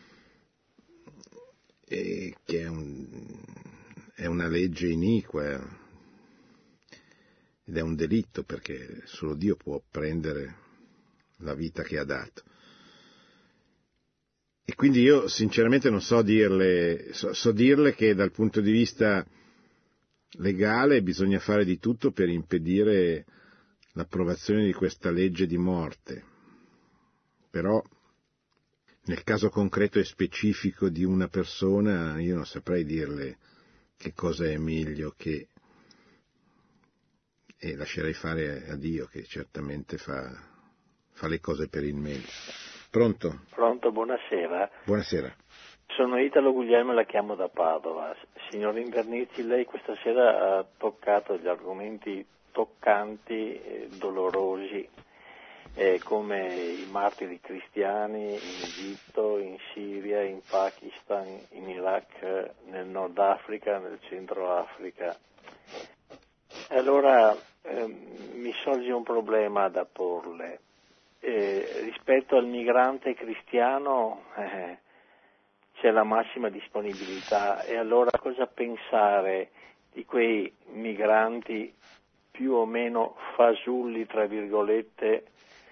e che è, un, è una legge iniqua ed è un delitto, perché solo Dio può prendere la vita che ha dato. E quindi io sinceramente non so dirle, so, so dirle che dal punto di vista legale bisogna fare di tutto per impedire l'approvazione di questa legge di morte, però nel caso concreto e specifico di una persona io non saprei dirle che cosa è meglio, che e lascerei fare a Dio, che certamente fa, fa le cose per il meglio. Pronto? Pronto, buonasera. Buonasera. Sono Italo Guglielmo e la chiamo da Padova. Signor Invernizzi, lei questa sera ha toccato gli argomenti toccanti e dolorosi, eh, come i martiri cristiani in Egitto, in Siria, in Pakistan, in Iraq, nel Nord Africa, nel Centro Africa. Allora eh, mi sorge un problema da porle. Eh, rispetto al migrante cristiano eh, c'è la massima disponibilità, e allora cosa pensare di quei migranti più o meno fasulli, tra virgolette,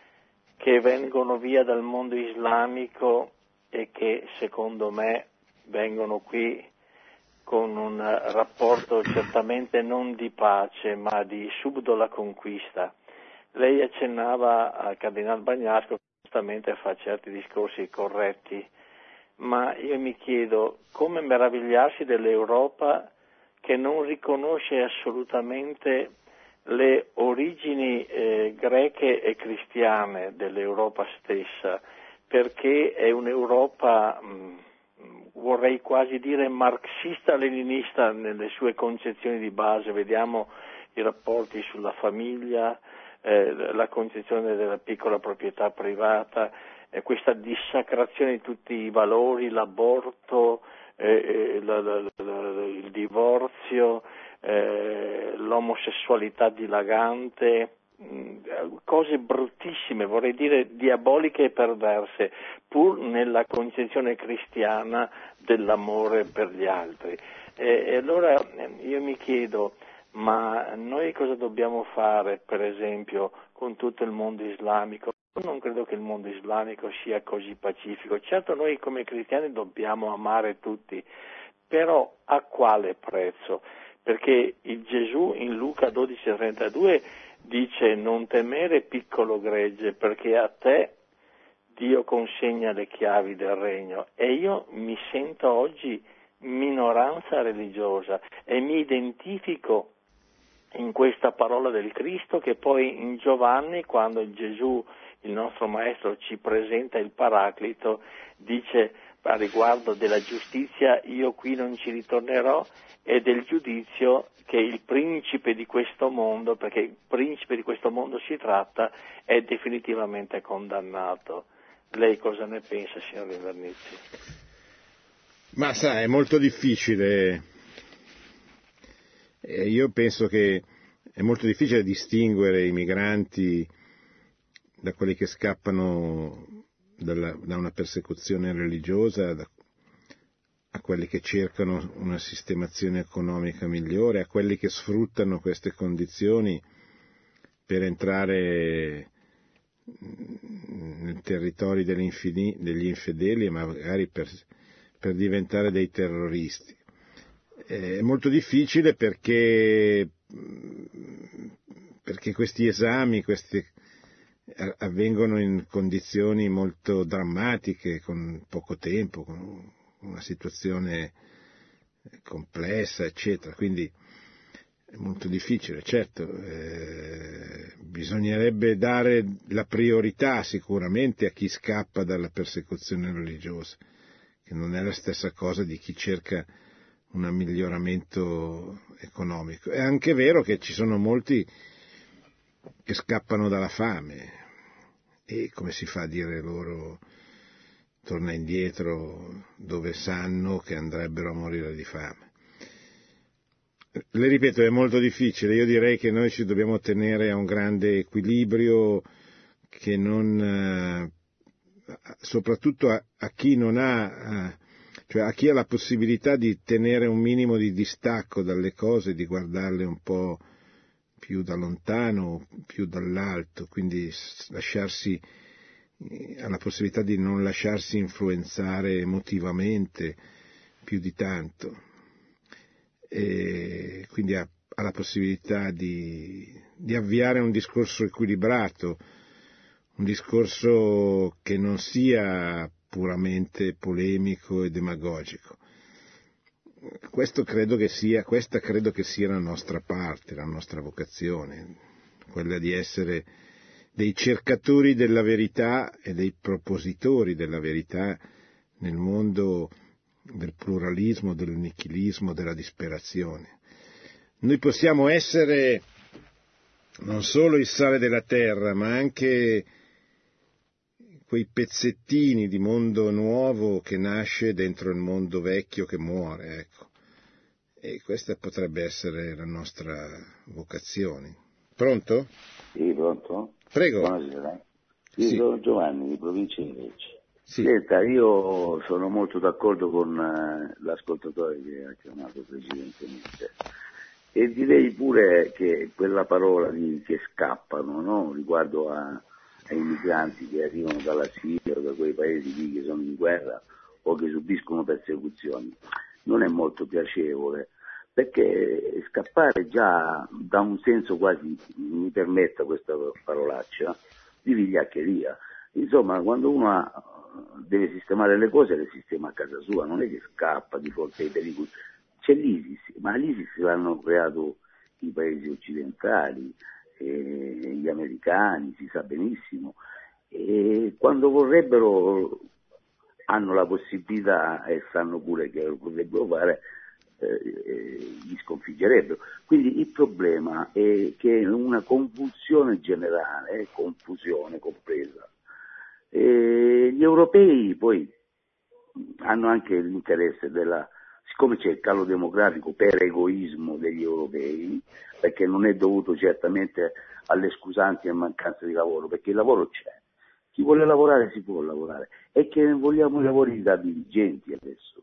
che vengono via dal mondo islamico e che secondo me vengono qui con un rapporto certamente non di pace ma di subdola conquista. Lei accennava al Cardinal Bagnasco, che giustamente fa certi discorsi corretti, ma io mi chiedo come meravigliarsi dell'Europa che non riconosce assolutamente le origini eh, greche e cristiane dell'Europa stessa, perché è un'Europa, mh, vorrei quasi dire marxista-leninista nelle sue concezioni di base. Vediamo i rapporti sulla famiglia, eh, la concezione della piccola proprietà privata, eh, questa dissacrazione di tutti i valori, l'aborto, eh, la, la, la, il divorzio, eh, l'omosessualità dilagante, cose bruttissime, vorrei dire diaboliche e perverse, pur nella concezione cristiana dell'amore per gli altri. E, e allora io mi chiedo, ma noi cosa dobbiamo fare, per esempio, con tutto il mondo islamico? Non credo che il mondo islamico sia così pacifico. Certo, noi come cristiani dobbiamo amare tutti, però a quale prezzo? Perché il Gesù in Luca dodici trentadue dice: non temere, piccolo gregge, perché a te Dio consegna le chiavi del regno. E io mi sento oggi minoranza religiosa e mi identifico in questa parola del Cristo, che poi in Giovanni, quando il Gesù, il nostro Maestro, ci presenta il Paraclito, dice a riguardo della giustizia: io qui non ci ritornerò, e del giudizio, che il principe di questo mondo, perché il principe di questo mondo si tratta, è definitivamente condannato. Lei cosa ne pensa, signor Invernizzi? Ma sa, è molto difficile. Io penso che è molto difficile distinguere i migranti da quelli che scappano dalla, da una persecuzione religiosa, da, a quelli che cercano una sistemazione economica migliore, a quelli che sfruttano queste condizioni per entrare nei territori degli infedeli e magari per, per diventare dei terroristi. È molto difficile perché, perché questi esami questi, avvengono in condizioni molto drammatiche, con poco tempo, con una situazione complessa, eccetera. Quindi è molto difficile, certo. Eh, bisognerebbe dare la priorità sicuramente a chi scappa dalla persecuzione religiosa, che non è la stessa cosa di chi cerca un miglioramento economico. È anche vero che ci sono molti che scappano dalla fame, e come si fa a dire loro torna indietro dove sanno che andrebbero a morire di fame? Le ripeto, è molto difficile. Io direi che noi ci dobbiamo tenere a un grande equilibrio, che non, soprattutto a, a chi non ha, cioè a chi ha la possibilità di tenere un minimo di distacco dalle cose, di guardarle un po' più da lontano, più dall'alto, quindi lasciarsi, ha la possibilità di non lasciarsi influenzare emotivamente più di tanto. E quindi ha, ha la possibilità di, di avviare un discorso equilibrato, un discorso che non sia puramente polemico e demagogico. Questo credo che sia, questa credo che sia la nostra parte, la nostra vocazione, quella di essere dei cercatori della verità e dei propositori della verità nel mondo del pluralismo, del nichilismo, della disperazione. Noi possiamo essere non solo il sale della terra, ma anche quei pezzettini di mondo nuovo che nasce dentro il mondo vecchio che muore, ecco. E questa potrebbe essere la nostra vocazione. Pronto? Sì, pronto? Prego. Buonasera. Io Sì. sono Giovanni, di provincia di Lecce. Sì. Senta, io sono molto d'accordo con uh, l'ascoltatore che ha chiamato precedentemente, e direi pure che quella parola di che scappano, no? Riguardo a, ai migranti che arrivano dalla Siria o da quei paesi lì che sono in guerra o che subiscono persecuzioni, non è molto piacevole, perché scappare già dà un senso quasi, mi permetta questa parolaccia, di vigliaccheria. Insomma, quando uno ha, deve sistemare le cose, le sistema a casa sua, non è che scappa di fronte ai pericoli. C'è l'ISIS, ma l'ISIS l'hanno creato i paesi occidentali, eh, gli americani, si sa benissimo, e quando vorrebbero hanno la possibilità e sanno pure che lo potrebbero fare, eh, eh, li sconfiggerebbero. Quindi il problema è che è una confusione generale, confusione compresa. E gli europei poi hanno anche l'interesse della, siccome c'è il calo demografico per egoismo degli europei, perché non è dovuto certamente alle scusanti e mancanza di lavoro, perché il lavoro c'è, chi vuole lavorare si può lavorare, e che vogliamo i lavori da dirigenti adesso.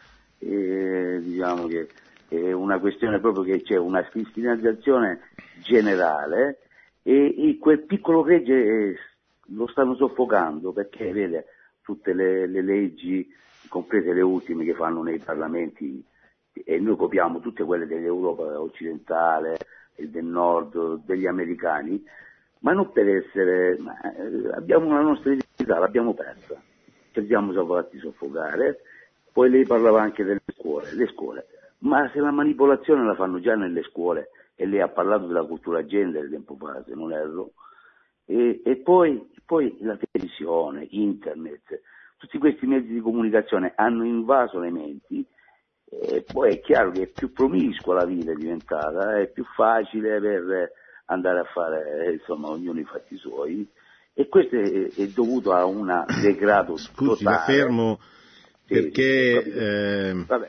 E diciamo che è una questione proprio che c'è una cristianizzazione generale, e, e quel piccolo gregge lo stanno soffocando, perché vede tutte le, le leggi, comprese le ultime che fanno nei parlamenti, e noi copiamo tutte quelle dell'Europa occidentale e del nord, degli americani, ma non per essere, ma abbiamo una nostra identità, l'abbiamo persa, ci siamo fatti soffocare. Poi lei parlava anche delle scuole, le scuole, ma se la manipolazione la fanno già nelle scuole, e lei ha parlato della cultura gender tempo fa, se non erro, e, e poi, poi la televisione, internet, tutti questi mezzi di comunicazione hanno invaso le menti, e poi è chiaro che è più promiscua la vita è diventata, è più facile per andare a fare, insomma, ognuno i fatti suoi, e questo è, è dovuto a un degrado Scusi, totale. la fermo, Sì, perché sì, eh, vabbè.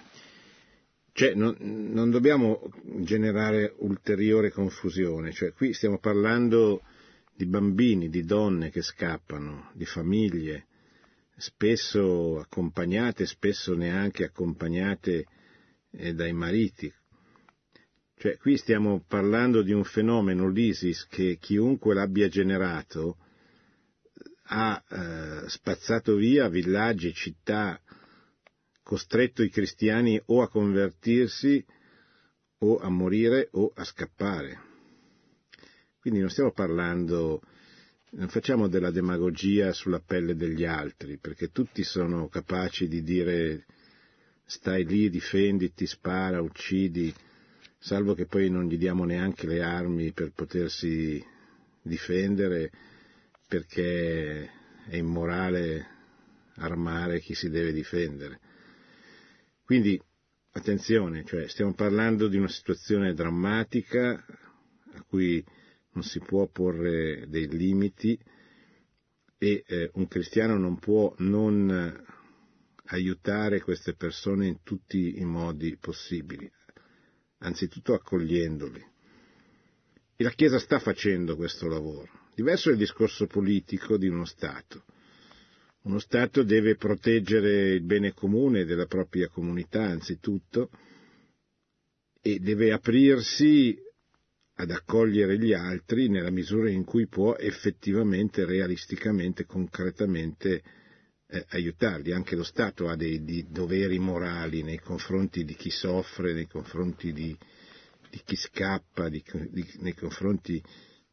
Cioè, non, non dobbiamo generare ulteriore confusione, cioè qui stiamo parlando di bambini, di donne che scappano, di famiglie, spesso accompagnate, spesso neanche accompagnate eh, dai mariti. Cioè, qui stiamo parlando di un fenomeno, l'ISIS, che chiunque l'abbia generato ha eh, spazzato via villaggi, città, costretto i cristiani o a convertirsi o a morire o a scappare. Quindi non stiamo parlando, non facciamo della demagogia sulla pelle degli altri, perché tutti sono capaci di dire stai lì, difenditi, spara, uccidi, salvo che poi non gli diamo neanche le armi per potersi difendere, perché è immorale armare chi si deve difendere. Quindi, attenzione, cioè, stiamo parlando di una situazione drammatica a cui non si può porre dei limiti e eh, un cristiano non può non aiutare queste persone in tutti i modi possibili, anzitutto accogliendoli. E la Chiesa sta facendo questo lavoro. Diverso è il discorso politico di uno Stato. Uno Stato deve proteggere il bene comune della propria comunità, anzitutto, e deve aprirsi ad accogliere gli altri nella misura in cui può effettivamente, realisticamente, concretamente eh, aiutarli. Anche lo Stato ha dei, dei doveri morali nei confronti di chi soffre, nei confronti di, di chi scappa, di, di, nei confronti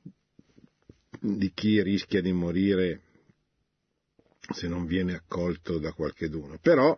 di chi rischia di morire se non viene accolto da qualcheduno. Però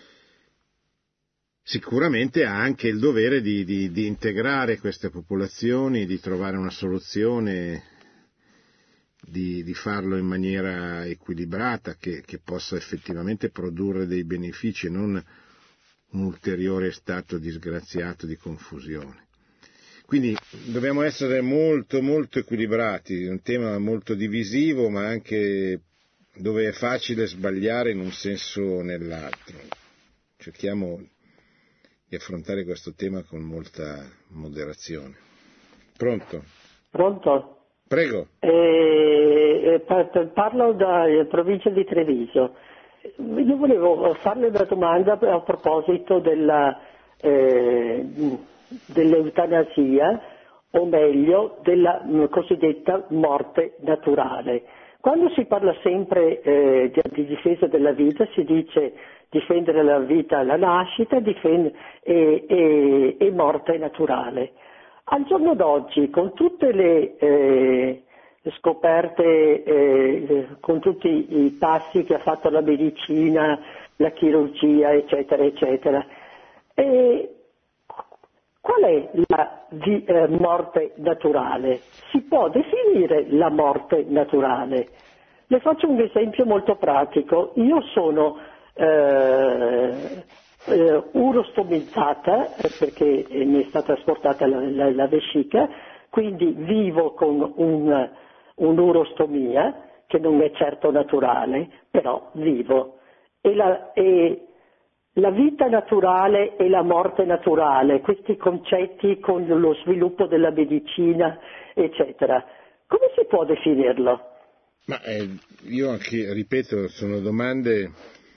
sicuramente ha anche il dovere di, di, di integrare queste popolazioni, di trovare una soluzione, di, di farlo in maniera equilibrata, che, che possa effettivamente produrre dei benefici e non un ulteriore stato disgraziato di confusione. Quindi dobbiamo essere molto molto equilibrati, è un tema molto divisivo, ma anche dove è facile sbagliare in un senso o nell'altro. Cerchiamo di affrontare questo tema con molta moderazione. Pronto? Pronto? Prego. Eh, parlo da provincia di Treviso. Io volevo farle una domanda a proposito della, eh, dell'eutanasia, o meglio della cosiddetta morte naturale. Quando si parla sempre eh, di, di difesa della vita, si dice difendere la vita alla nascita difend- e, e, e morte naturale. Al giorno d'oggi, con tutte le eh, scoperte, eh, con tutti i passi che ha fatto la medicina, la chirurgia, eccetera, eccetera, eh, qual è la di, eh, morte naturale? Si può definire la morte naturale? Le faccio un esempio molto pratico. Io sono eh, eh, urostomizzata eh, perché mi è stata asportata la, la, la vescica, quindi vivo con un, un'urostomia che non è certo naturale, però vivo. E la, e la vita naturale e la morte naturale, questi concetti con lo sviluppo della medicina, eccetera, come si può definirlo? Ma eh, io anche, ripeto, sono domande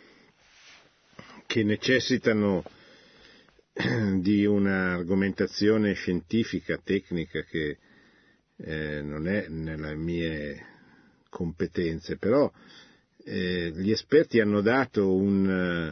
che necessitano di un'argomentazione scientifica, tecnica, che eh, non è nelle mie competenze, però eh, gli esperti hanno dato un,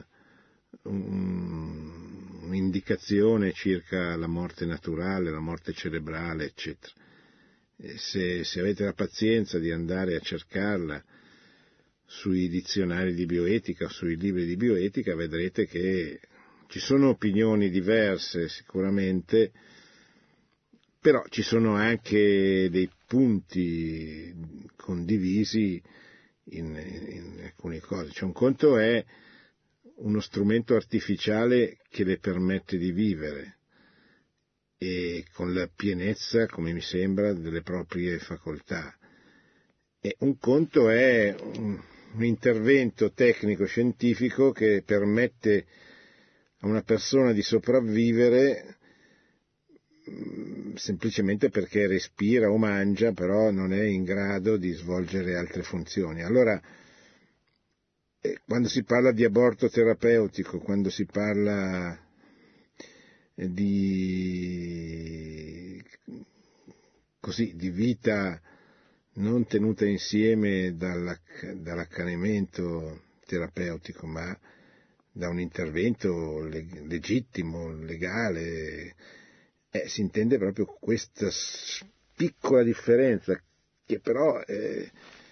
un, un'indicazione circa la morte naturale, la morte cerebrale, eccetera. E se, se avete la pazienza di andare a cercarla sui dizionari di bioetica o sui libri di bioetica, vedrete che ci sono opinioni diverse sicuramente, però ci sono anche dei punti condivisi in, in alcune cose. Cioè, un conto è uno strumento artificiale che le permette di vivere e con la pienezza, come mi sembra, delle proprie facoltà. E un conto è un, un intervento tecnico-scientifico che permette a una persona di sopravvivere mh, semplicemente perché respira o mangia, però non è in grado di svolgere altre funzioni. Allora, eh, quando si parla di aborto terapeutico, quando si parla eh, di, così, di vita non tenuta insieme dall'acc- dall'accanimento terapeutico, ma da un intervento leg- legittimo, legale, eh, si intende proprio questa s- piccola differenza, che però è,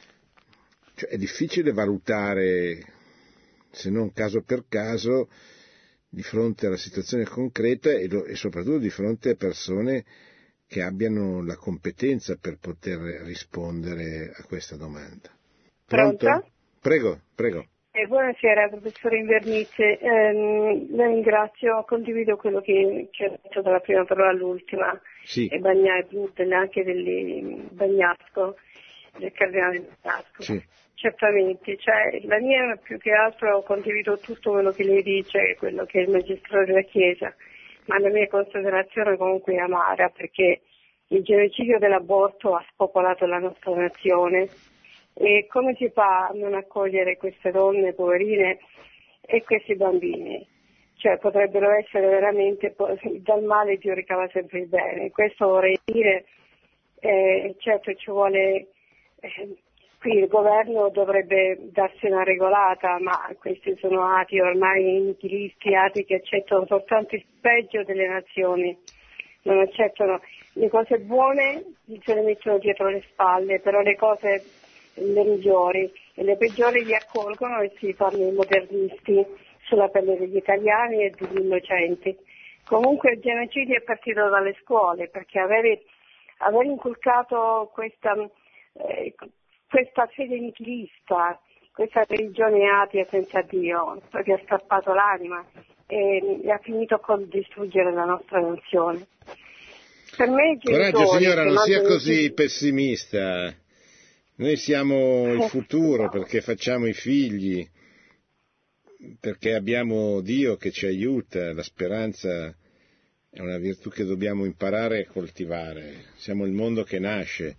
cioè è difficile valutare, se non caso per caso, di fronte alla situazione concreta e, lo- e soprattutto di fronte a persone che abbiano la competenza per poter rispondere a questa domanda. Pronto? Pronto? Prego, prego. Eh, buonasera, professore Invernizzi. Eh, la ringrazio, condivido quello che ci ha detto dalla prima parola all'ultima, Sì. e Bagna, anche del Bagnasco, del cardinale Bagnasco. Sì. Certamente, cioè, la mia più che altro condivido tutto quello che lei dice, quello che è il magistro della Chiesa, ma la mia considerazione comunque è amara, perché il genocidio dell'aborto ha spopolato la nostra nazione. E come si fa a non accogliere queste donne poverine e questi bambini? Cioè potrebbero essere veramente, dal male Dio ricava sempre il bene. Questo vorrei dire, eh, certo ci vuole, eh, qui il governo dovrebbe darsi una regolata, ma questi sono ati ormai nichilisti, ati che accettano soltanto il peggio delle nazioni, non accettano le cose buone, se le mettono dietro le spalle, però le cose le migliori e le peggiori li accolgono e si fanno i modernisti sulla pelle degli italiani e degli innocenti. Comunque il genocidio è partito dalle scuole, perché aver, aver inculcato questa, eh, questa fede nichilista, questa religione atea senza Dio, che ha strappato l'anima e, e ha finito con distruggere la nostra nazione. Per me i Coraggio signora, non sia così i... pessimista. Noi siamo il futuro perché facciamo i figli, perché abbiamo Dio che ci aiuta, la speranza è una virtù che dobbiamo imparare a coltivare, siamo il mondo che nasce,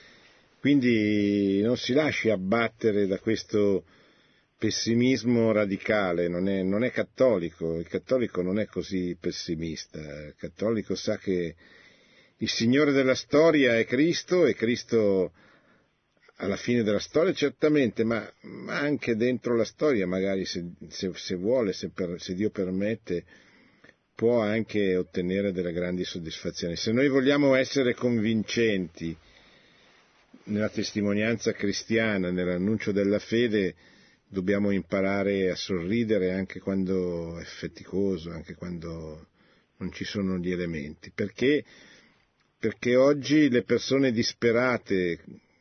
quindi non si lasci abbattere da questo pessimismo radicale, non è, non è cattolico, il cattolico non è così pessimista, il cattolico sa che il Signore della storia è Cristo e Cristo alla fine della storia certamente, ma, ma anche dentro la storia, magari se, se, se vuole, se, per, se Dio permette, può anche ottenere delle grandi soddisfazioni. Se noi vogliamo essere convincenti nella testimonianza cristiana, nell'annuncio della fede, dobbiamo imparare a sorridere anche quando è faticoso, anche quando non ci sono gli elementi. Perché? Perché oggi le persone disperate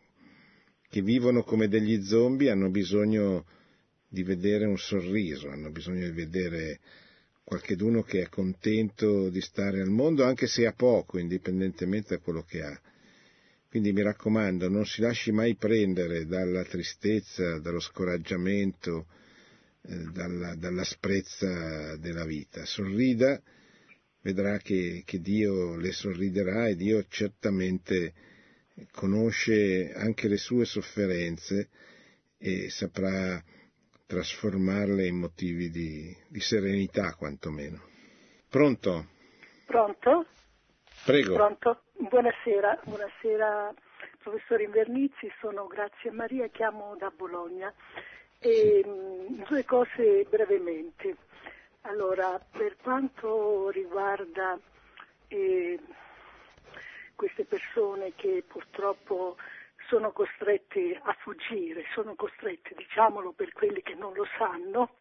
che vivono come degli zombie hanno bisogno di vedere un sorriso, hanno bisogno di vedere qualcheduno che è contento di stare al mondo, anche se ha poco, indipendentemente da quello che ha. Quindi mi raccomando, non si lasci mai prendere dalla tristezza, dallo scoraggiamento, eh, dalla, dall'asprezza della vita. Sorrida, vedrà che, che Dio le sorriderà e Dio certamente conosce anche le sue sofferenze e saprà trasformarle in motivi di, di serenità quantomeno. Pronto? Pronto? Prego. Pronto? Buonasera, buonasera professore Invernizzi, sono Grazia Maria, chiamo da Bologna. E, sì. Due cose brevemente. Allora, per quanto riguarda eh, queste persone che purtroppo sono costrette a fuggire, sono costrette, diciamolo per quelli che non lo sanno,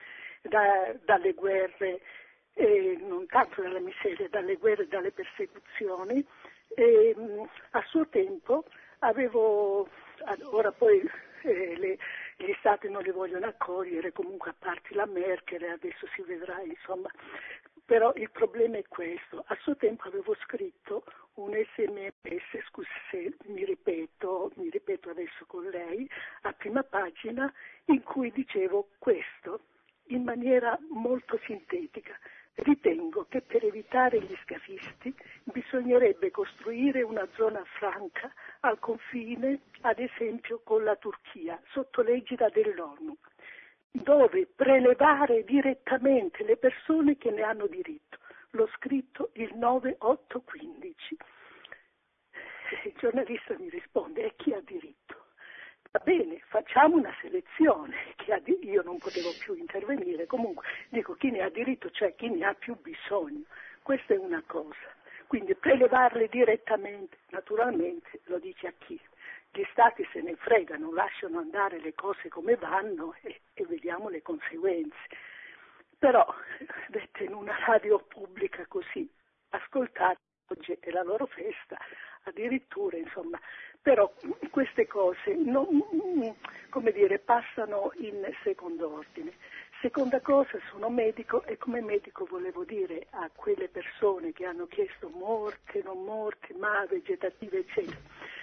da, dalle guerre, eh, non tanto dalla miseria, dalle guerre, dalle persecuzioni. E, mh, a suo tempo avevo, ora poi eh, le, gli stati non li vogliono accogliere, comunque a parte la Merkel, adesso si vedrà, insomma. Però il problema è questo, a suo tempo avevo scritto un sms, scusi se mi ripeto, mi ripeto adesso con lei, a prima pagina, in cui dicevo questo, in maniera molto sintetica. Ritengo che per evitare gli scafisti bisognerebbe costruire una zona franca al confine, ad esempio con la Turchia, sotto l'egida dell'ONU, dove prelevare direttamente le persone che ne hanno diritto. L'ho scritto il nove otto quindici. Il giornalista mi risponde: e chi ha diritto? Va bene, facciamo una selezione, chi ha di... io non potevo più intervenire, comunque dico chi ne ha diritto, cioè chi ne ha più bisogno, questa è una cosa, quindi prelevarle direttamente, naturalmente lo dice a chi? Gli stati se ne fregano, lasciano andare le cose come vanno e, e vediamo le conseguenze, però dette in una radio pubblica così, ascoltate, oggi è la loro festa, addirittura, insomma, però queste cose non, come dire, passano in secondo ordine. Seconda cosa, sono medico e come medico volevo dire a quelle persone che hanno chiesto morte, non morte, ma vegetative, eccetera.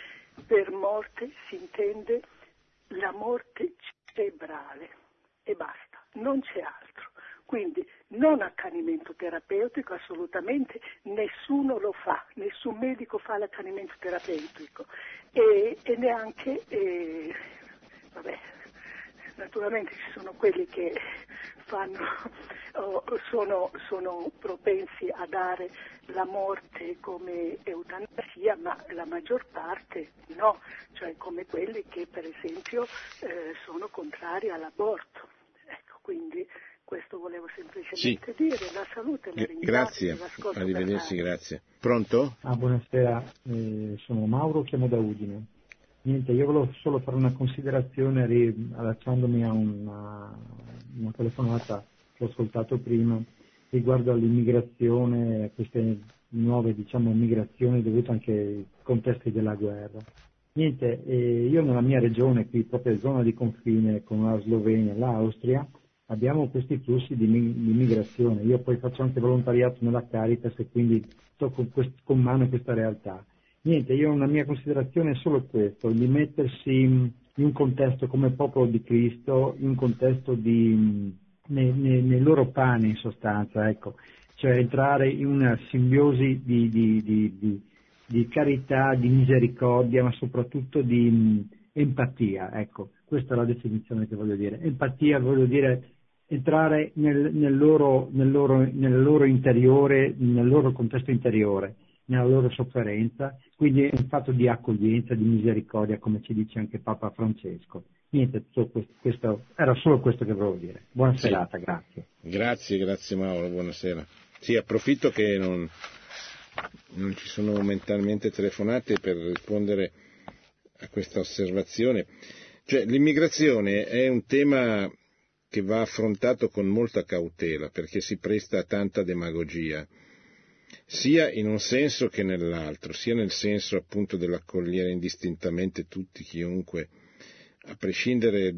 Per morte si intende la morte cerebrale e basta, non c'è altro. Quindi non accanimento terapeutico, assolutamente, nessuno lo fa, nessun medico fa l'accanimento terapeutico e, e neanche, eh, vabbè, naturalmente ci sono quelli che fanno, oh, sono, sono propensi a dare la morte come eutanasia, ma la maggior parte no, cioè come quelli che per esempio eh, sono contrari all'aborto. Ecco, quindi questo volevo semplicemente sì. dire, la salute, la ringrazio. Grazie, arrivederci, grazie. Pronto? Ah, buonasera, eh, sono Mauro, chiamo da Udine. Niente, io volevo solo fare una considerazione allacciandomi a una, una telefonata che ho ascoltato prima riguardo all'immigrazione, a queste nuove diciamo migrazioni dovute anche ai contesti della guerra. Niente, eh, io nella mia regione, qui proprio zona di confine con la Slovenia e l'Austria, abbiamo questi flussi di, di immigrazione. Io poi faccio anche volontariato nella Caritas e quindi tocco quest- con mano questa realtà. Niente, io una mia considerazione è solo questo, di mettersi in un contesto come popolo di Cristo, in un contesto di, nei, nei, nei loro panni in sostanza, ecco, cioè entrare in una simbiosi di, di, di, di, di carità, di misericordia, ma soprattutto di mh, empatia, ecco, questa è la definizione che voglio dire. Empatia voglio dire entrare nel, nel, loro, nel, loro, nel loro interiore, nel loro contesto interiore, nella loro sofferenza, quindi è un fatto di accoglienza, di misericordia, come ci dice anche Papa Francesco. Niente, tutto questo, questo, era solo questo che volevo dire. Buona sì. serata, grazie. Grazie, grazie Mauro, buonasera. Sì, approfitto che non, non ci sono momentalmente telefonate per rispondere a questa osservazione. Cioè, l'immigrazione è un tema che va affrontato con molta cautela, perché si presta a tanta demagogia, sia in un senso che nell'altro, sia nel senso appunto dell'accogliere indistintamente tutti, chiunque, a prescindere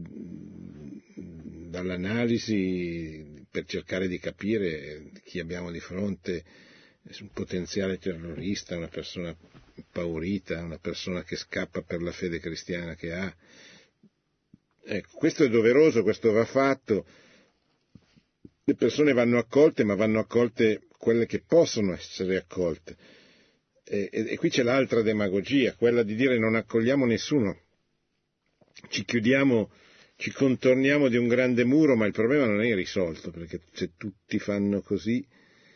dall'analisi per cercare di capire chi abbiamo di fronte, un potenziale terrorista, una persona impaurita, una persona che scappa per la fede cristiana che ha. Ecco, questo è doveroso, questo va fatto. Le persone vanno accolte, ma vanno accolte quelle che possono essere accolte. E, e, e qui c'è l'altra demagogia, quella di dire non accogliamo nessuno, ci chiudiamo, ci contorniamo di un grande muro, ma il problema non è risolto, perché se tutti fanno così,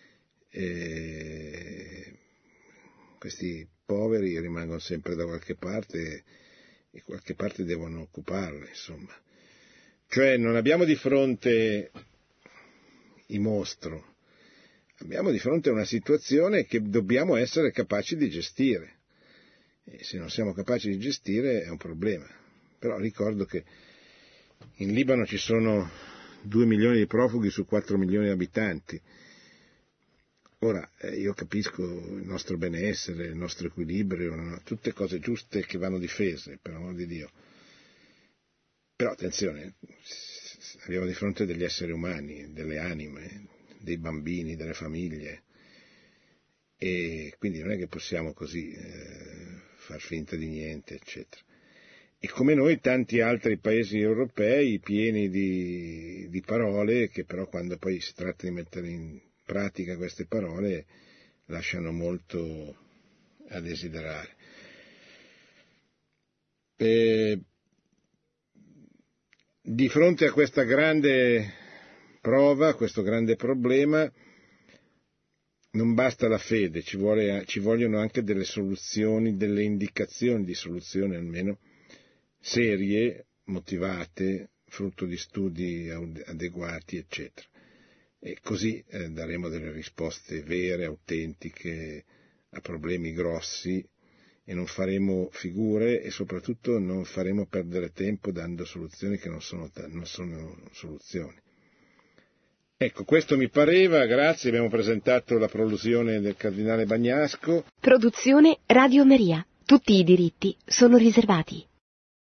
eh, questi poveri rimangono sempre da qualche parte e qualche parte devono occuparle, insomma. Cioè non abbiamo di fronte il mostro, abbiamo di fronte a una situazione che dobbiamo essere capaci di gestire, e se non siamo capaci di gestire è un problema. Però ricordo che in Libano ci sono due milioni di profughi su quattro milioni di abitanti. Ora, eh, io capisco il nostro benessere, il nostro equilibrio, no? Tutte cose giuste che vanno difese, per amor di Dio. Però attenzione, abbiamo di fronte degli esseri umani, delle anime, dei bambini, delle famiglie, e quindi non è che possiamo così eh, far finta di niente, eccetera. E come noi tanti altri paesi europei pieni di, di parole che però quando poi si tratta di mettere in pratica queste parole lasciano molto a desiderare. E di fronte a questa grande prova, a questo grande problema, non basta la fede, ci, vuole, ci vogliono anche delle soluzioni, delle indicazioni di soluzione almeno serie, motivate, frutto di studi adeguati, eccetera. E così eh, daremo delle risposte vere, autentiche a problemi grossi e non faremo figure e soprattutto non faremo perdere tempo dando soluzioni che non sono, non sono soluzioni. Ecco, questo mi pareva, grazie, abbiamo presentato la prolusione del Cardinale Bagnasco. Produzione Radio Maria. Tutti i diritti sono riservati.